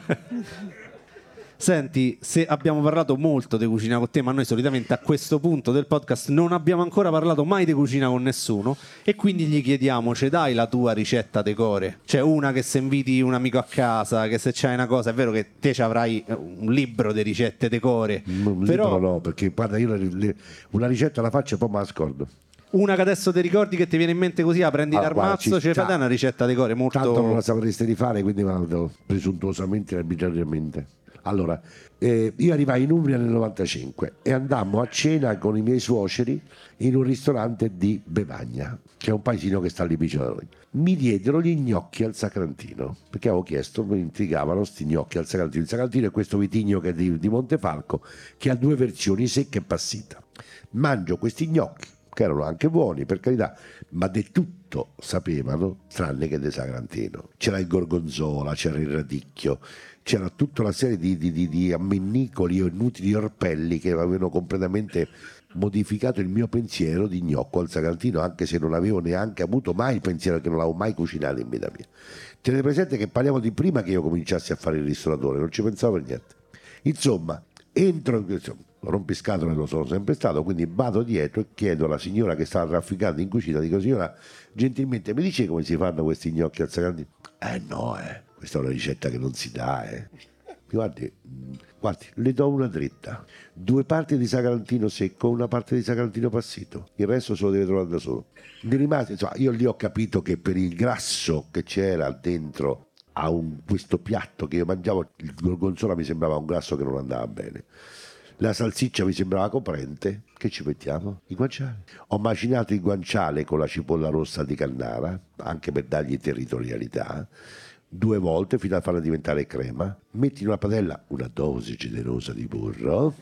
Senti, se abbiamo parlato molto di cucina con te, ma noi solitamente a questo punto del podcast non abbiamo ancora parlato mai di cucina con nessuno, e quindi gli chiediamo, ce dai la tua ricetta decore? Cioè una che se inviti un amico a casa, che se c'hai una cosa, è vero che te ci avrai eh, un libro di ricette decore, Un però libro no, perché guarda, io le- le- una ricetta la faccio e poi me la scordo. una che adesso ti ricordi che ti viene in mente così, la prendi Ah, dal guarda, mazzo, ci- ce fai già. una ricetta decore molto... Tanto non la sapreste rifare, quindi vado presuntuosamente e arbitrariamente. Allora, eh, io arrivai in Umbria nel novantacinque e andammo a cena con i miei suoceri in un ristorante di Bevagna, che è un paesino che sta lì vicino a noi. Mi diedero gli gnocchi al Sacrantino, perché avevo chiesto, mi intrigavano sti gnocchi al Sacrantino. Il Sacrantino è questo vitigno che è di, di Montefalco, che ha due versioni, secca e passita. Mangio questi gnocchi, che erano anche buoni, per carità, ma di tutto sapevano tranne che del Sacrantino. C'era il gorgonzola, c'era il radicchio, c'era tutta una serie di, di, di, di ammennicoli o inutili orpelli che avevano completamente modificato il mio pensiero di gnocco al Sacrantino, anche se non avevo neanche avuto mai il pensiero, che non l'avevo mai cucinato in vita mia. Tenete presente che parliamo di prima che io cominciassi a fare il ristoratore, non ci pensavo per niente. Insomma, entro in questo rompiscatole, lo sono sempre stato, quindi vado dietro e chiedo alla signora che stava trafficando in cucina, dico: signora, gentilmente mi dice come si fanno questi gnocchi al Sacrantino? Eh no, eh, questa è una ricetta che non si dà, eh. Guardi, mh, guardi, le do una dritta: due parti di Sacrantino secco, una parte di Sacrantino passito, il resto se lo deve trovare da solo. Mi rimase, insomma, io lì ho capito che per il grasso che c'era dentro a un, questo piatto che io mangiavo, il gorgonzola mi sembrava un grasso che non andava bene. La salsiccia mi sembrava coprente. Che ci mettiamo? I guanciali. Ho macinato il guanciale con la cipolla rossa di Cannara, anche per dargli territorialità, due volte fino a farla diventare crema. Metti in una padella una dose generosa di burro.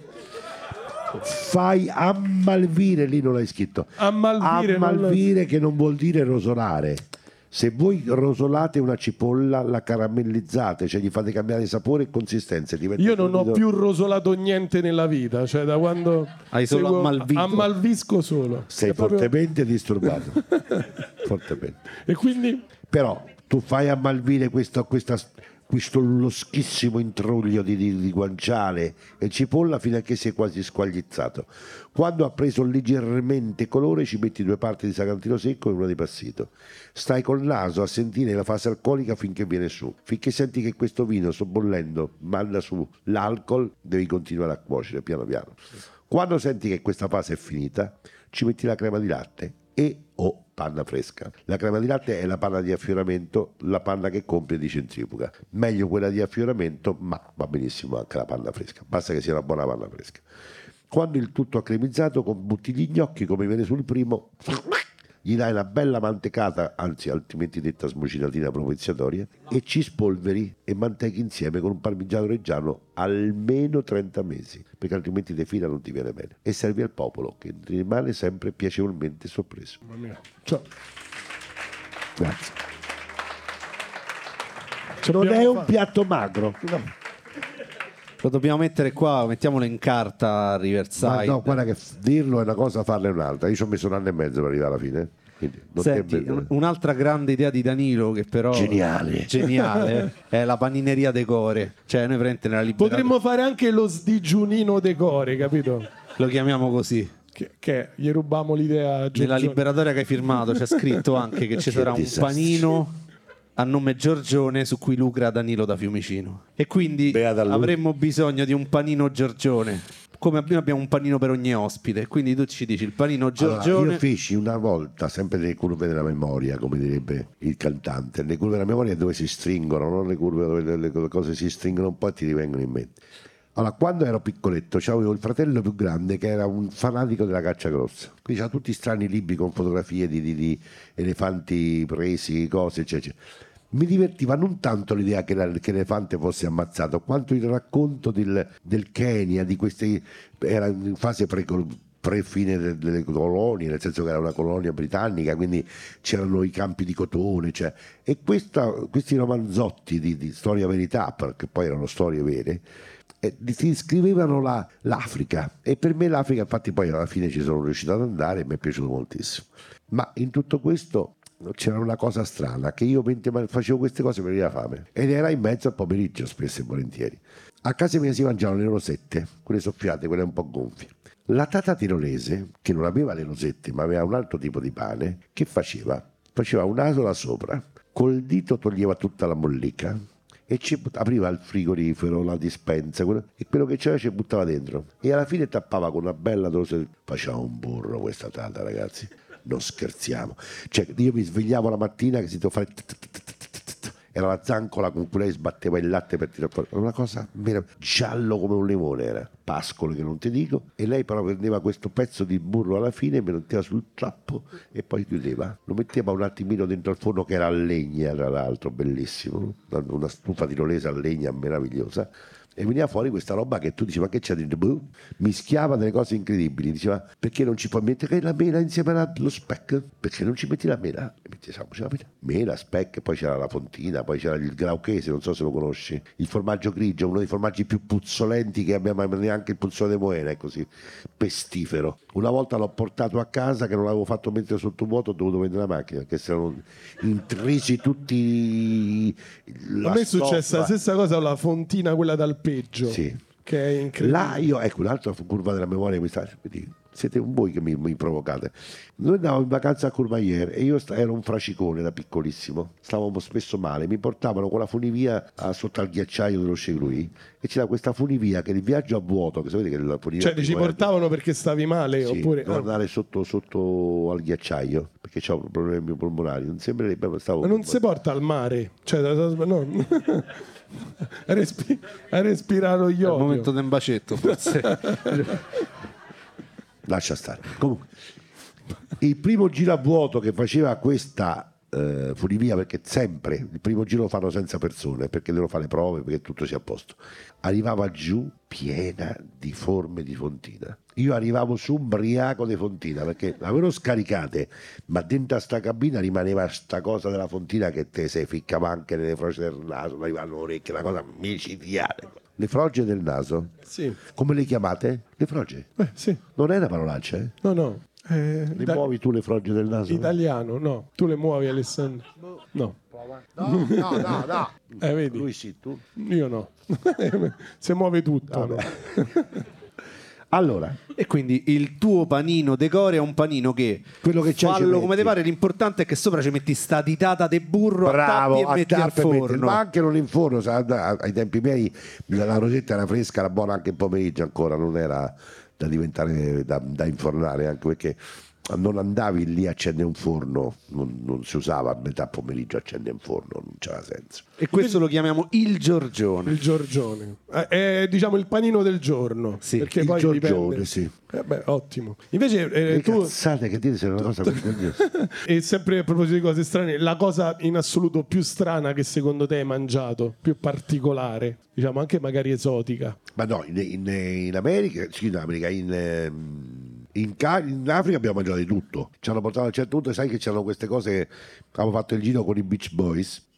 Fai ammalvire, lì non l'hai scritto. Ammalvire, non Ammalvire, che non vuol dire rosolare. Se voi rosolate una cipolla, la caramellizzate, cioè gli fate cambiare sapore e consistenza. diventa Io non ho subito- più rosolato niente nella vita, cioè da quando Hai solo seguo- ammalvito. ammalvisco solo. Sei È proprio- fortemente disturbato. Fortemente. E quindi Però tu fai ammalvire questo, questa, questo loschissimo intruglio di, di, di guanciale e cipolla fino a che si è quasi squagliazzato. Quando ha preso leggermente colore ci metti due parti di Sacrantino secco e una di passito. Stai col naso a sentire la fase alcolica finché viene su. Finché senti che questo vino sta bollendo, manda su l'alcol, devi continuare a cuocere piano piano. Quando senti che questa fase è finita, ci metti la crema di latte e o panna fresca. La crema di latte è la panna di affioramento, la panna che compri di centrifuga. Meglio quella di affioramento, ma va benissimo anche la panna fresca, basta che sia una buona panna fresca. Quando il tutto è cremizzato, butti gli gnocchi come viene sul primo, gli dai una bella mantecata, anzi altrimenti detta smucinatina propiziatoria, e ci spolveri e mantechi insieme con un parmigiano reggiano almeno trenta mesi, perché altrimenti de fila non ti viene bene. E servi al popolo, che rimane sempre piacevolmente sorpreso. Mamma mia. Ciao. Grazie. Ce non l'abbiamo è un fatta. piatto magro. No. Lo dobbiamo mettere qua, mettiamolo in carta Riverside. Ma no, guarda che f- dirlo è una cosa, farlo è un'altra. Io ci ho messo un anno e mezzo per arrivare alla fine. Quindi non Senti, ti è un- un'altra grande idea di Danilo che però Geniale. geniale è la panineria decore. Cioè noi veramente nella liberatoria Potremmo fare anche lo sdigiunino decore, capito? lo chiamiamo così. Che, che gli rubamo l'idea a Nella Giorgione. liberatoria che hai firmato c'è scritto anche che ci Che sarà un disastro. panino a nome Giorgione su cui lucra Danilo da Fiumicino. E quindi Beata lui. avremmo bisogno di un panino Giorgione. Come noi abbiamo un panino per ogni ospite, quindi tu ci dici il panino Allora, Giorgione. io feci una volta, sempre nelle curve della memoria, come direbbe il cantante, le curve della memoria dove si stringono, non le curve dove le, le cose si stringono un po' e ti rivengono in mente. Allora, quando ero piccoletto, avevo il fratello più grande che era un fanatico della caccia grossa. Quindi c'era tutti strani libri con fotografie di, di- di elefanti presi, cose, eccetera. Mi divertiva non tanto l'idea che, la- che l'elefante fosse ammazzato, quanto il racconto del, del Kenya, di queste, era in fase pre, pre-fine de- delle colonie, nel senso che era una colonia britannica, quindi c'erano i campi di cotone, cioè, e questa- questi romanzotti di, di storia verità, perché poi erano storie vere, eh, ti scrivevano la- l'Africa, e per me l'Africa, infatti poi alla fine ci sono riuscito ad andare e mi è piaciuto moltissimo. Ma in tutto questo c'era una cosa strana, che io mentre facevo queste cose mi veniva fame, ed era in mezzo al pomeriggio spesso e volentieri. A casa mia si mangiavano le rosette, quelle soffiate, quelle un po' gonfie. La tata tirolese, che non aveva le rosette ma aveva un altro tipo di pane, che faceva? Faceva un'asola sopra, col dito toglieva tutta la mollica e ci but- apriva il frigorifero, la dispensa, quello- e quello che c'era ci buttava dentro, e alla fine tappava con una bella dose. Faceva un burro questa tata, ragazzi, non scherziamo. Cioè, io mi svegliavo la mattina che si doveva fare t- t- t- t- t- t- era la zancola con cui lei sbatteva il latte per tirare fuori, era una cosa vera- giallo come un limone, era pascolo che non ti dico, e lei però prendeva questo pezzo di burro alla fine, me lo metteva sul trappo e poi chiudeva, lo metteva un attimino dentro al forno che era a legna, tra l'altro, bellissimo, una stufa tirolese a legna meravigliosa, e veniva fuori questa roba che tu dici ma che c'è dentro? Boh, mischiava delle cose incredibili, diceva perché non ci puoi mettere la mela insieme allo speck? Perché non ci metti la mela? E metti, sa, c'era la mela, mela, speck, poi c'era la fontina, poi c'era il grauchese, non so se lo conosci, il formaggio grigio, uno dei formaggi più puzzolenti che abbiamo, ma neanche il puzzone di Moena è così pestifero. Una volta l'ho portato a casa che non l'avevo fatto mettere sotto vuoto, ho dovuto vendere la macchina, che si erano intrisi tutti. A me è successa la stessa cosa con la fontina, quella d'Alpeggio, Sì. che è incredibile. Là io, ecco, un'altra curva della memoria che mi sta, siete voi che mi, mi provocate. Noi andavamo in vacanza a Courmayeur e io sta- ero un fracicone da piccolissimo, stavamo spesso male, mi portavano con la funivia a- sotto al ghiacciaio dello Chegruy, e c'era questa funivia che il viaggio a vuoto, che sapete che la funivia Cioè, ti ci portavano perché stavi male? sì, oppure devo andare sotto, sotto al ghiacciaio perché ho problemi polmonari, non sembrerebbe, ma stavo Ma non si porta al mare? Cioè, da- da- no. a, respi- a respirare È gli il occhi. momento del bacetto, forse. lascia stare. Comunque, il primo giro a vuoto che faceva questa eh, funivia, perché sempre il primo giro lo fanno senza persone perché devono fare le prove, perché tutto sia a posto, arrivava giù piena di forme di fontina. Io arrivavo su ubriaco di fontina perché l'avevano scaricate, ma dentro a sta cabina rimaneva sta cosa della fontina che te si ficcava anche nelle froge del naso, arrivavano le orecchie, una cosa micidiale. Le froge del naso, Sì. come le chiamate? Le froge? Eh, sì. Non è una parolaccia, eh? No, no. Eh, Le ita- muovi tu le froge del naso? Italiano, no. Tu le muovi, Alessandro? No. No, no, no, no. Eh, vedi? Lui sì, tu. Io no. Si muove tutto. no? Allora, E quindi il tuo panino decore è un panino che Quello che c'è ci fallo metti. come te pare, l'importante è che sopra ci metti sta ditata de burro, bravo, attappi e metti al attappa e metti- forno. ma anche non in forno, sa- da- ai tempi miei la la rosetta era fresca, era buona anche il pomeriggio ancora, non era da diventare, da, da infornare, anche perché non andavi lì a accendere un forno, non, non si usava a metà pomeriggio accendere un forno, non c'era senso. E questo lo chiamiamo il Giorgione. Il Giorgione. Eh, È, diciamo il panino del giorno. Sì, perché il poi Giorgione, dipende. sì. Eh beh, ottimo. Invece eh, Le tu, cazzate che dite sono una cosa vergognosa. e sempre a proposito di cose strane, la cosa in assoluto più strana che secondo te hai mangiato, più particolare, diciamo anche magari esotica. Ma no, in, in- in America, sì, in America, in, ehm, in, Ca- in Africa abbiamo mangiato di tutto. Ci hanno portato a un certo punto, sai che c'erano queste cose, abbiamo fatto il giro con i Beach Boys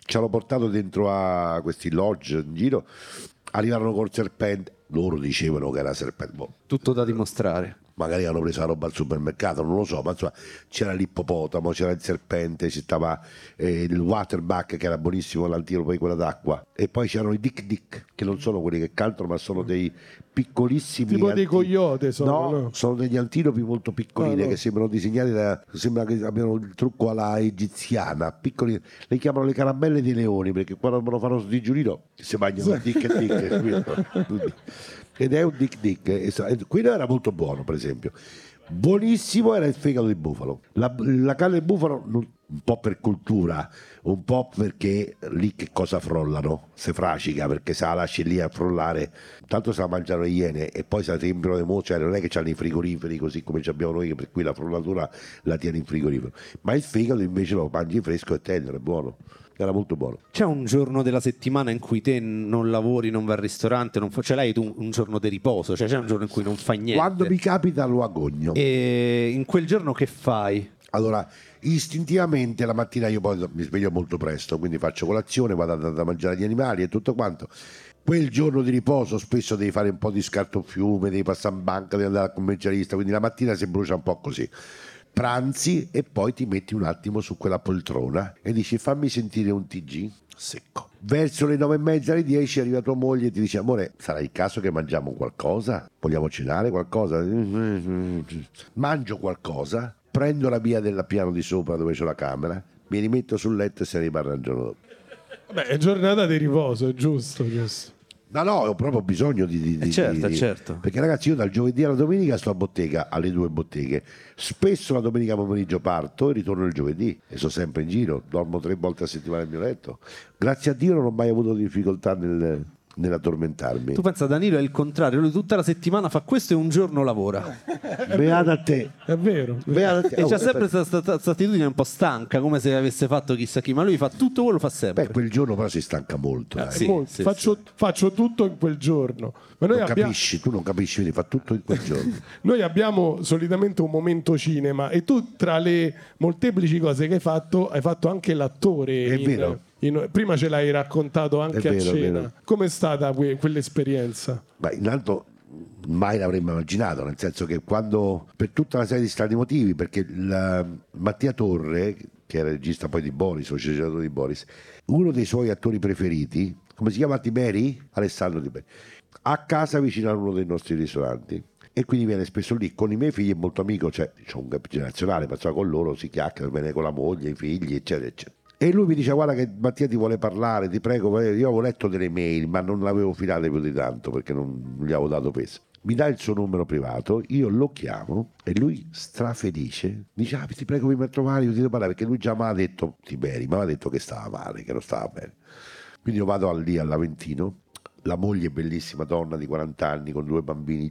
ci hanno portato dentro a questi lodge in giro, arrivarono col serpente, loro dicevano che era serpente, boh, Tutto da dimostrare. magari hanno preso la roba al supermercato, non lo so, ma insomma c'era l'ippopotamo, c'era il serpente, ci stava eh, il waterbuck che era buonissimo, l'antilope, poi quella d'acqua, e poi c'erano i dick dick che non sono quelli che cantano ma sono dei piccolissimi Tipo dei anti- coyote sono, no, no? sono degli antilopi molto piccolini Ah, no. che sembrano disegnati da, sembra che abbiano il trucco alla egiziana, piccoli, le chiamano le caramelle dei leoni perché quando lo fanno sul digiunino si mangiano dick e dick capito? Ed è un dick dick e sa- e quello era molto buono, per esempio. Buonissimo era il fegato di bufalo, la, la carne di bufalo non- un po' per cultura, un po' perché lì che cosa frollano, se fracica, perché se la lasci lì a frollare tanto se la mangiano le iene e poi se la riempiono di mo, cioè non è che c'hanno i frigoriferi così come ci abbiamo noi, che per cui la frollatura la tieni in frigorifero, ma il fegato invece lo mangi fresco e tenero, è buono, era molto buono. C'è un giorno della settimana in cui te non lavori, non vai al ristorante, non fa... ce l'hai tu un, un giorno di riposo, cioè c'è un giorno in cui non fai niente. Quando mi capita lo agogno. E in quel giorno che fai? Allora, istintivamente la mattina io poi mi sveglio molto presto, quindi faccio colazione, vado a, a mangiare gli animali e tutto quanto. Quel giorno di riposo spesso devi fare un po' di scartofiume, devi passare in banca, devi andare al commercialista, quindi la mattina si brucia un po' così. Pranzi e poi ti metti un attimo su quella poltrona e dici fammi sentire un T G secco. Verso le nove e mezza, alle dieci arriva tua moglie e ti dice amore, sarà il caso che mangiamo qualcosa? Vogliamo cenare qualcosa? Mangio qualcosa, prendo la via del piano di sopra dove c'è la camera, mi rimetto sul letto e se ne riparla il giorno dopo. Beh, è giornata di riposo, è giusto, giusto. No, no, ho proprio bisogno di... di, Eh di- certo, di- certo. Perché ragazzi io dal giovedì alla domenica sto a bottega, alle due botteghe. Spesso la domenica pomeriggio parto e ritorno il giovedì e sto sempre in giro, dormo tre volte a settimana nel mio letto. Grazie a Dio non ho mai avuto difficoltà nel, nell'addormentarmi. Tu pensa, Danilo è il contrario, lui tutta la settimana fa questo e un giorno lavora. Beata a te. È vero. Beata a te. E Oh, c'ha sempre questa attitudine un po' stanca, come se avesse fatto chissà chi, ma lui fa tutto quello, fa sempre. Beh, quel giorno però si stanca molto. dai. sì. Molto. faccio, faccio tutto in quel giorno. Ma noi Non abbiamo, capisci, tu non capisci, vedi, fa tutto in quel giorno. noi abbiamo solitamente un momento cinema e tu tra le molteplici cose che hai fatto hai fatto anche l'attore. È in- vero. in- prima ce l'hai raccontato anche È vero, a è cena. vero. Com'è stata que- quell'esperienza? Ma intanto mai l'avremmo immaginato, nel senso che quando, per tutta una serie di strani motivi, perché la- Mattia Torre, che era il regista poi di Boris, o sceneggiatore di Boris, uno dei suoi attori preferiti, come si chiama Tiberi? Alessandro Tiberi, a casa vicino a uno dei nostri ristoranti. E quindi viene spesso lì con i miei figli, è molto amico, cioè c'è un gap generazionale, ma insomma, con loro si chiacchiera, viene con la moglie, i figli, eccetera, eccetera. E lui mi dice guarda che Mattia ti vuole parlare, ti prego, io avevo letto delle mail ma non l'avevo filate più di tanto perché non gli avevo dato peso. Mi dà il suo numero privato, io lo chiamo e lui strafelice dice ah ti prego vieni a trovare, io ti devo parlare perché lui già mi ha detto Tiberi, mi aveva detto che stava male, che non stava bene. Quindi io vado lì all'Aventino, la moglie bellissima donna di quaranta anni con due bambini,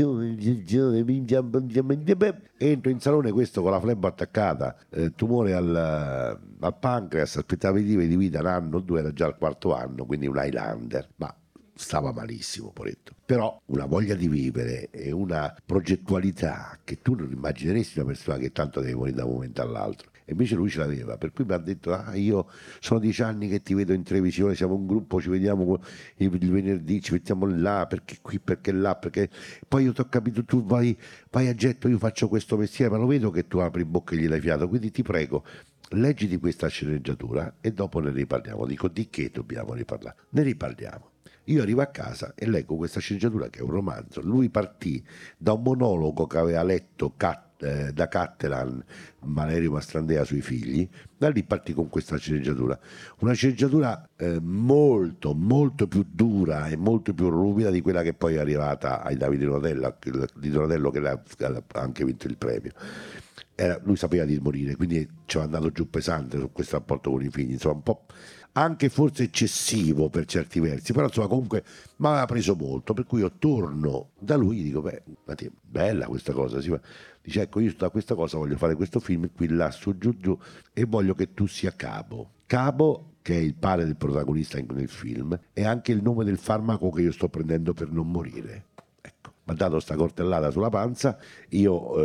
entro in salone questo con la flebo attaccata, eh, tumore al, al pancreas, aspettative di vita un anno o due, era già al quarto anno, quindi un Highlander, ma stava malissimo poretto, però una voglia di vivere e una progettualità che tu non immagineresti una persona che tanto deve morire da un momento all'altro. E invece lui ce l'aveva, per cui mi ha detto ah, io sono dieci anni che ti vedo in televisione, siamo un gruppo, ci vediamo il, il venerdì, ci mettiamo là, perché qui, perché là, perché poi io ti ho capito, tu vai, vai a getto, io faccio questo mestiere, ma lo vedo che tu apri bocca e gli dai fiato, quindi ti prego, leggi di questa sceneggiatura e dopo ne riparliamo. Dico di che dobbiamo riparlare? Ne riparliamo. Io arrivo a casa e leggo questa sceneggiatura che è un romanzo. Lui partì da un monologo che aveva letto Cat, eh, da Cattelan, Valerio Mastrandea sui figli, da lì partì con questa sceneggiatura. Una sceneggiatura eh, molto, molto più dura e molto più ruvida di quella che poi è arrivata ai Davide Donatello, di Donatello che ha anche vinto il premio. Era, lui sapeva di morire, quindi ci è andato giù pesante su questo rapporto con i figli, insomma un po' anche forse eccessivo per certi versi, però insomma comunque mi aveva preso molto, per cui io torno da lui e dico beh, Mattia, bella questa cosa, sì, ma dice ecco io da questa cosa voglio fare questo film qui là su giù giù e voglio che tu sia Cabo Cabo che è il padre del protagonista nel film, è anche il nome del farmaco che io sto prendendo per non morire. Ecco. mi ha dato sta coltellata sulla panza, io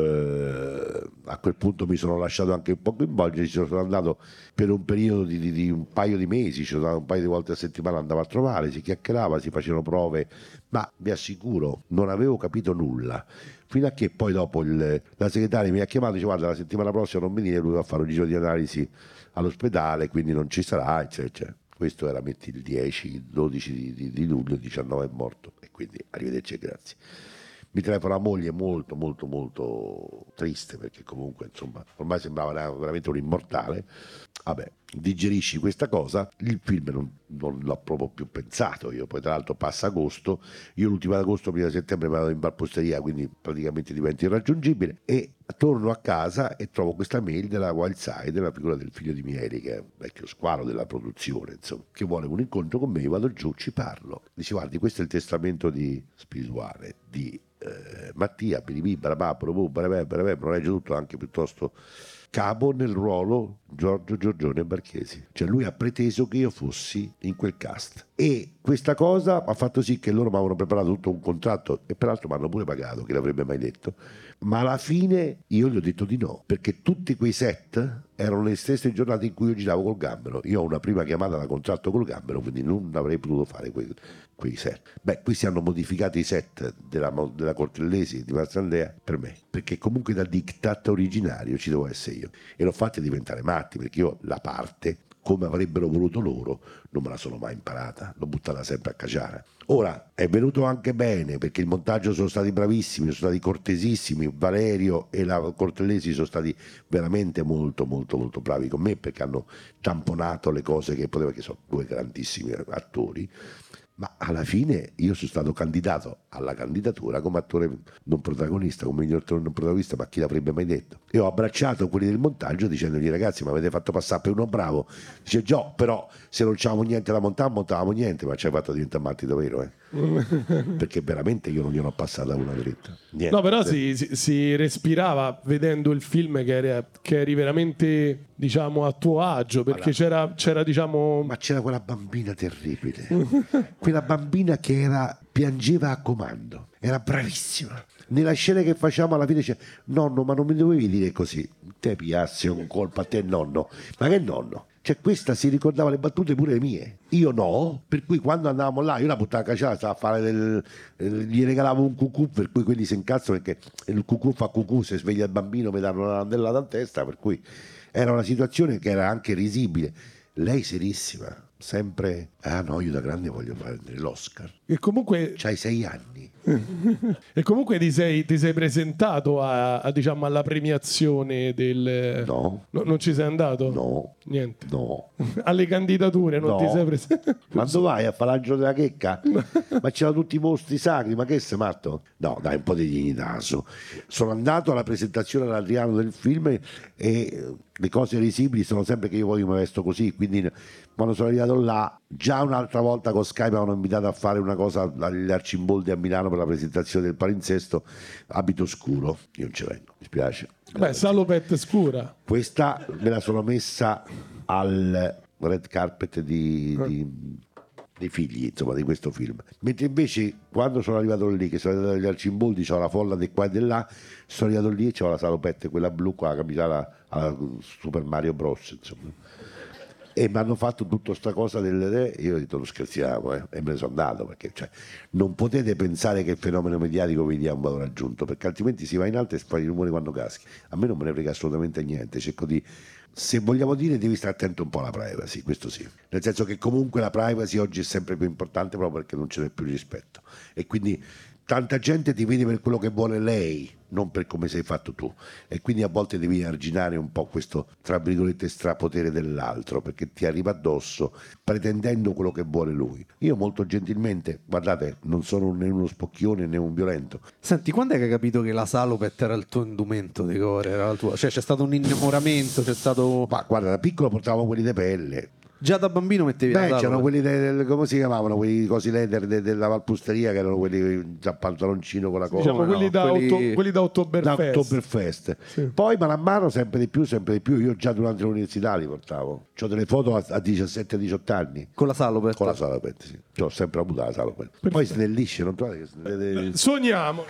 eh, a quel punto mi sono lasciato anche un po' coinvolgere, ci sono andato per un periodo di, di, di un paio di mesi, ci sono andato un paio di volte a settimana, andavo a trovare, si chiacchierava, si facevano prove, ma vi assicuro non avevo capito nulla, fino a che poi dopo il, la segretaria mi ha chiamato e dice guarda la settimana prossima non venire, lui va a fare un giro di analisi all'ospedale, quindi non ci sarà, eccetera, eccetera. Questo era metti il dieci dodici di, di, di luglio, il diciannove è morto, e quindi arrivederci e grazie. Mi telefona la moglie molto molto molto triste, perché comunque insomma ormai sembrava veramente un immortale. Vabbè, digerisci questa cosa, il film non, non l'ho proprio più pensato io, poi tra l'altro passa agosto, io l'ultimo agosto, prima di settembre vado in balposteria, quindi praticamente divento irraggiungibile, e torno a casa e trovo questa mail della Wildside, la figura del figlio di Mieli, che è un vecchio squalo della produzione, insomma, che vuole un incontro con me, io vado giù, ci parlo, dice guardi questo è il testamento di spirituale di eh, Mattia, biribì, barabà, barabù, barabè, barabè, lo legge tutto anche piuttosto capo nel ruolo Giorgio Giorgione Barchesi, cioè lui ha preteso che io fossi in quel cast, e questa cosa ha fatto sì che loro mi avevano preparato tutto un contratto, e peraltro mi hanno pure pagato, chi l'avrebbe mai detto, ma alla fine io gli ho detto di no, perché tutti quei set erano le stesse giornate in cui io giravo col Gambero, io ho una prima chiamata da contratto col Gambero, quindi non avrei potuto fare quei, quei set. Beh, qui si hanno modificati i set della, della Cortellesi di Marzandea per me, perché comunque da diktat originario ci devo essere io, e l'ho fatta diventare matti, perché io la parte come avrebbero voluto loro non me la sono mai imparata, l'ho buttata sempre a caciara. Ora è venuto anche bene, perché il montaggio sono stati bravissimi, sono stati cortesissimi, Valerio e la Cortellesi sono stati veramente molto molto molto bravi con me, perché hanno tamponato le cose che poteva, che sono due grandissimi attori. Ma alla fine io sono stato candidato alla candidatura come attore non protagonista, come miglior attore non protagonista, ma chi l'avrebbe mai detto? E ho abbracciato quelli del montaggio dicendogli ragazzi, ma avete fatto passare per uno bravo? Dice già, però se non c'avevamo niente da montare, montavamo niente, ma ci hai fatto diventare matti davvero, eh? Perché veramente io non gliene ho passata una dritta. Niente. No, però si, si, si respirava vedendo il film che eri, che eri veramente, diciamo, a tuo agio, perché c'era, c'era, diciamo... Ma c'era quella bambina terribile, quella bambina che era, piangeva a comando, era bravissima. Nella scena che facciamo alla fine c'è nonno, ma non mi dovevi dire così, te piassi un colpo a te nonno, ma che nonno? Cioè questa si ricordava le battute pure le mie, io no, per cui quando andavamo là io la buttavo a cacciare, stava a fare del, eh, gli regalavo un cucù, per cui quelli si incazzano perché il cucù fa cucù, se sveglia il bambino mi danno una randellata in testa, per cui era una situazione che era anche risibile. Lei serissima, sempre, ah no, io da grande voglio prendere l'Oscar. E comunque... C'hai sei anni. E comunque ti sei, ti sei presentato a, a, diciamo, alla premiazione del... No. no. Non ci sei andato? No. Niente. No. Alle candidature non No. ti sei presentato? Quando vai a fare l'angelo della checca? Ma c'erano tutti i mostri sacri, ma che sei matto? No, dai, un po' di dignità su. Sono andato alla presentazione all'Adriano del film e le cose risibili sono sempre che io poi mi vesto così, quindi quando sono arrivato là, già un'altra volta con Skype mi avevano invitato a fare una cosa agli Arcimboldi a Milano per la presentazione del palinsesto, abito scuro, io non ci vengo, mi spiace. Beh, salopette scura. Questa me la sono messa al red carpet di, di, dei figli, insomma, di questo film. Mentre invece quando sono arrivato lì, che sono arrivato agli Arcimboldi, c'ho la folla di qua e di là, sono arrivato lì e c'ho la salopette, quella blu qua, la camicella alla Super Mario Bros, insomma. E mi hanno fatto tutta sta cosa delle io ho detto non scherziamo, eh, e me ne sono andato, perché cioè, non potete pensare che il fenomeno mediatico vi dia un valore aggiunto, perché altrimenti si va in alto e spari i rumori quando caschi. A me non me ne frega assolutamente niente, cerco di, se vogliamo dire, devi stare attento un po' alla privacy, questo sì, nel senso che comunque la privacy oggi è sempre più importante proprio perché non ce n'è più rispetto, e quindi tanta gente ti vede per quello che vuole lei, non per come sei fatto tu, e quindi a volte devi arginare un po' questo, tra virgolette, strapotere dell'altro, perché ti arriva addosso pretendendo quello che vuole lui. Io molto gentilmente, guardate, non sono né uno spocchione né un violento. Senti, quando è che hai capito che la salopette era il tuo indumento, Decore, era la tua? Cioè c'è stato un innamoramento, c'è stato... Ma guarda, da piccolo portavamo quelli di pelle, Già da bambino mettevi Beh, la c'erano salope. quelli del, come si chiamavano, quei cosi leather de- della Valpusteria, che erano quelli già pantaloncino con la cosa. Diciamo no, quelli, da quelli- otto- quelli da Da Oktoberfest. Oktoberfest. Poi man mano sempre di più, sempre di più. Io già durante l'università li portavo. Ho delle foto a, a diciassette diciotto anni. Con la salopette. Con la salopette, sì. Io ho sempre avuto la salopette. Poi snellisce, non trovate che snellisce? Sogniamo.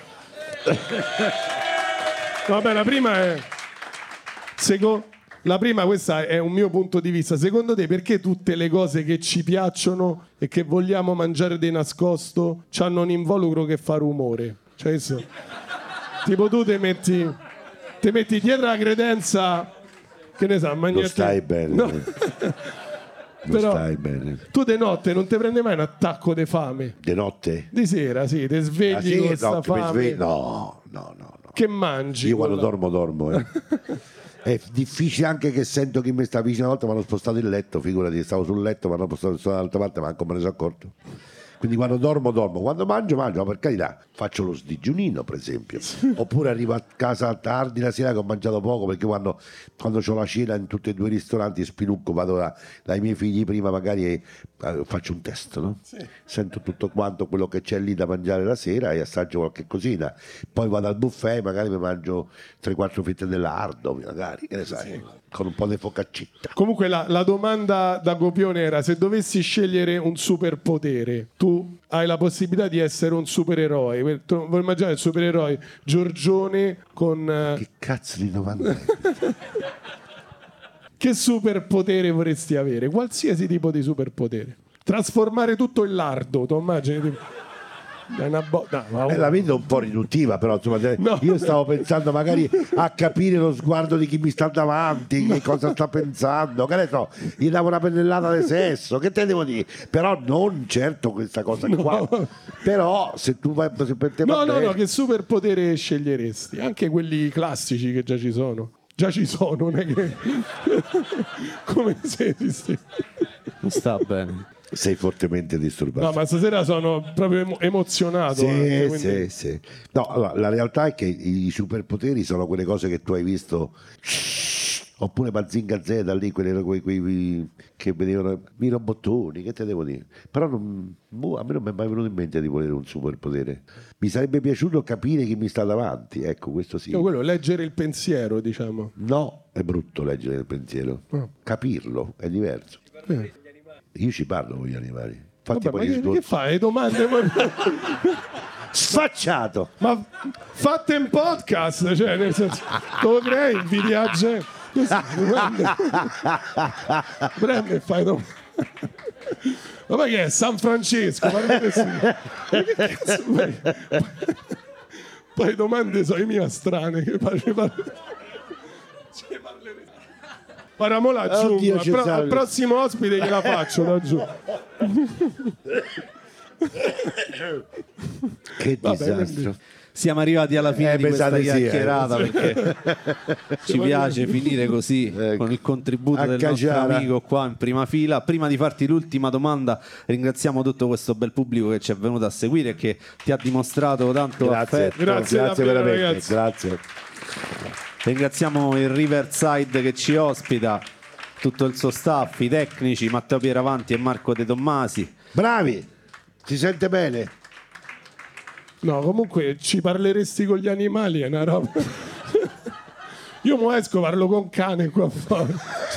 Vabbè, la prima è... Seco- La prima, questa è un mio punto di vista. Secondo te perché tutte le cose che ci piacciono e che vogliamo mangiare di nascosto hanno un involucro che fa rumore? Cioè, adesso, tipo tu ti metti, ti metti dietro la credenza, che ne sa, Non magnete... stai bene. No. Non Però stai bene. tu di notte non ti prendi mai un attacco di fame? Di notte? Di sera, sì, ti svegli Ah, sì? con questa No, ti mi fame. svegli- no, no, no, no. Che mangi? Io quando quella- dormo, dormo. Eh. È difficile anche che sento chi mi sta vicino. Una volta mi hanno spostato il letto, figurati, stavo sul letto, mi hanno spostato dall'altra parte, ma anche me ne sono accorto. Quindi quando dormo, dormo. Quando mangio, mangio, ma per carità, faccio lo sdigiunino, per esempio. Oppure arrivo a casa tardi la sera che ho mangiato poco, perché quando, quando ho la cena in tutti e due i ristoranti spilucco, vado da- dai miei figli prima magari e eh, faccio un test, no? Sento tutto quanto quello che c'è lì da mangiare la sera e assaggio qualche cosina. Poi vado al buffet, magari mi mangio tre quattro fette di lardo, magari, che ne sai, con un po' di focaccetta. Comunque la, la domanda da copione era: se dovessi scegliere un superpotere, tu hai la possibilità di essere un supereroe. Que- tu- Vuoi immaginare il supereroe Giorgione con... eh, Che cazzo di domanda è? che superpotere vorresti avere? Qualsiasi tipo di superpotere. Trasformare tutto in lardo, tu immagini? Tipo- Dai, una bo- no, ma- Eh, la vedo un po' riduttiva, però insomma, te- No. io stavo pensando magari a capire lo sguardo di chi mi sta davanti, che cosa sta pensando, che ne so, gli davo una pennellata di sesso, che te devo dire? Però non certo questa cosa qua. Però se tu vai se per te No, va no, bene- no, che superpotere sceglieresti? Anche quelli classici che già ci sono. Già ci sono, non è che... Come se esisti. Non sta bene. sei fortemente disturbato. No, ma stasera sono proprio emo- emozionato. Sì, anche, quindi- sì, sì. No, allora, la realtà è che i superpoteri sono quelle cose che tu hai visto, oppure Mazinga Z lì, quelli, quei, quei che vedevano i robottoni, che te devo dire? Però non, boh, a me non mi è mai venuto in mente di volere un superpotere. Mi sarebbe piaciuto capire chi mi sta davanti, ecco, questo sì. No, quello, leggere il pensiero, diciamo. No, è brutto leggere il pensiero. Oh. Capirlo è diverso. Eh. Io ci parlo con gli animali. Infatti Vabbè, poi ma gli che, sbor- che fai? Domande? ma, Sfacciato! ma fatte in podcast, cioè, nel senso, lo crei, invidi a gente. Così, prende, prende e fai domande. Ma poi che è San Francesco? Ma che così? Ma che cazzo fai? Poi domande sono i miei strane che parli, parli. Ci parleremo. Ora mo la aggiungo, Oddio, al, pro- Cesare. al prossimo ospite gliela faccio, la aggiungo. Che Vabbè, disastro. Siamo arrivati alla fine Eh, di questa pensate sì, eh. chiacchierata perché ci piace finire così Ecco. con il contributo A del nostro Cagiara. amico qua in prima fila. Prima di farti l'ultima domanda, ringraziamo tutto questo bel pubblico che ci è venuto a seguire e che ti ha dimostrato tanto Grazie, affetto. Grazie grazie davvero, veramente, ragazzi. grazie. Ringraziamo il Riverside che ci ospita, tutto il suo staff, i tecnici Matteo Pieravanti e Marco De Tommasi. Bravi, si sente bene? No, comunque ci parleresti con gli animali, è una roba. Io mo esco, parlo con cane qua fuori.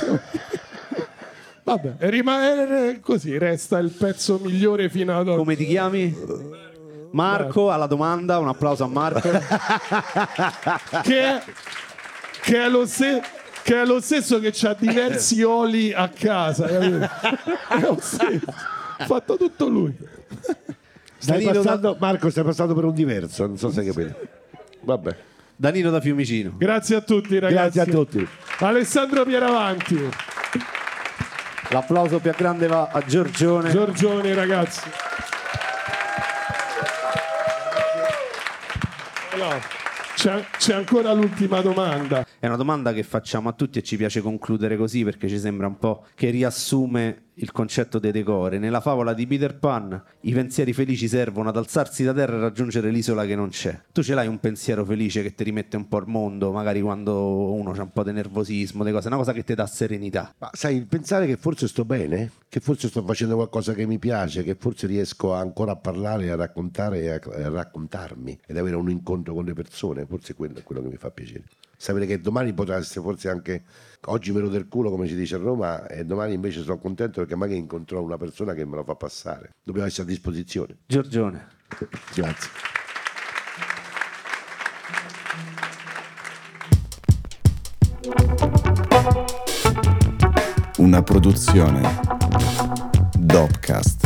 Vabbè, rimane così, resta il pezzo migliore fino ad oggi. Come ti chiami? Marco, alla domanda, un applauso a Marco. Che è, che è lo stesso. Che è lo stesso che c'ha diversi oli a casa, capito? È lo stesso. Ha fatto tutto lui. Stai Danilo passando, Marco, stai passando per un diverso, non so se hai capito. Vabbè. Danilo da Fiumicino. Grazie a tutti, ragazzi. Grazie a tutti. Alessandro Pieravanti, L'applauso più grande va a Giorgione. Giorgione, ragazzi. Allora, c'è, c'è ancora l'ultima domanda. È una domanda che facciamo a tutti e ci piace concludere così perché ci sembra un po' che riassume il concetto di decore. Nella favola di Peter Pan i pensieri felici servono ad alzarsi da terra e raggiungere l'isola che non c'è. Tu ce l'hai un pensiero felice che ti rimette un po' al mondo, magari quando uno c'ha un po' di nervosismo, di cose, una cosa che ti dà serenità? Ma sai, pensare che forse sto bene, che forse sto facendo qualcosa che mi piace, che forse riesco ancora a parlare, a raccontare e a, a raccontarmi ed avere un incontro con le persone, forse quello è quello che mi fa piacere. Sapere che domani potrà essere forse anche, oggi me lo del culo come si dice a Roma, e domani invece sono contento perché magari incontrò una persona che me lo fa passare. Dobbiamo essere a disposizione. Giorgione. Grazie. Una produzione Dopcast.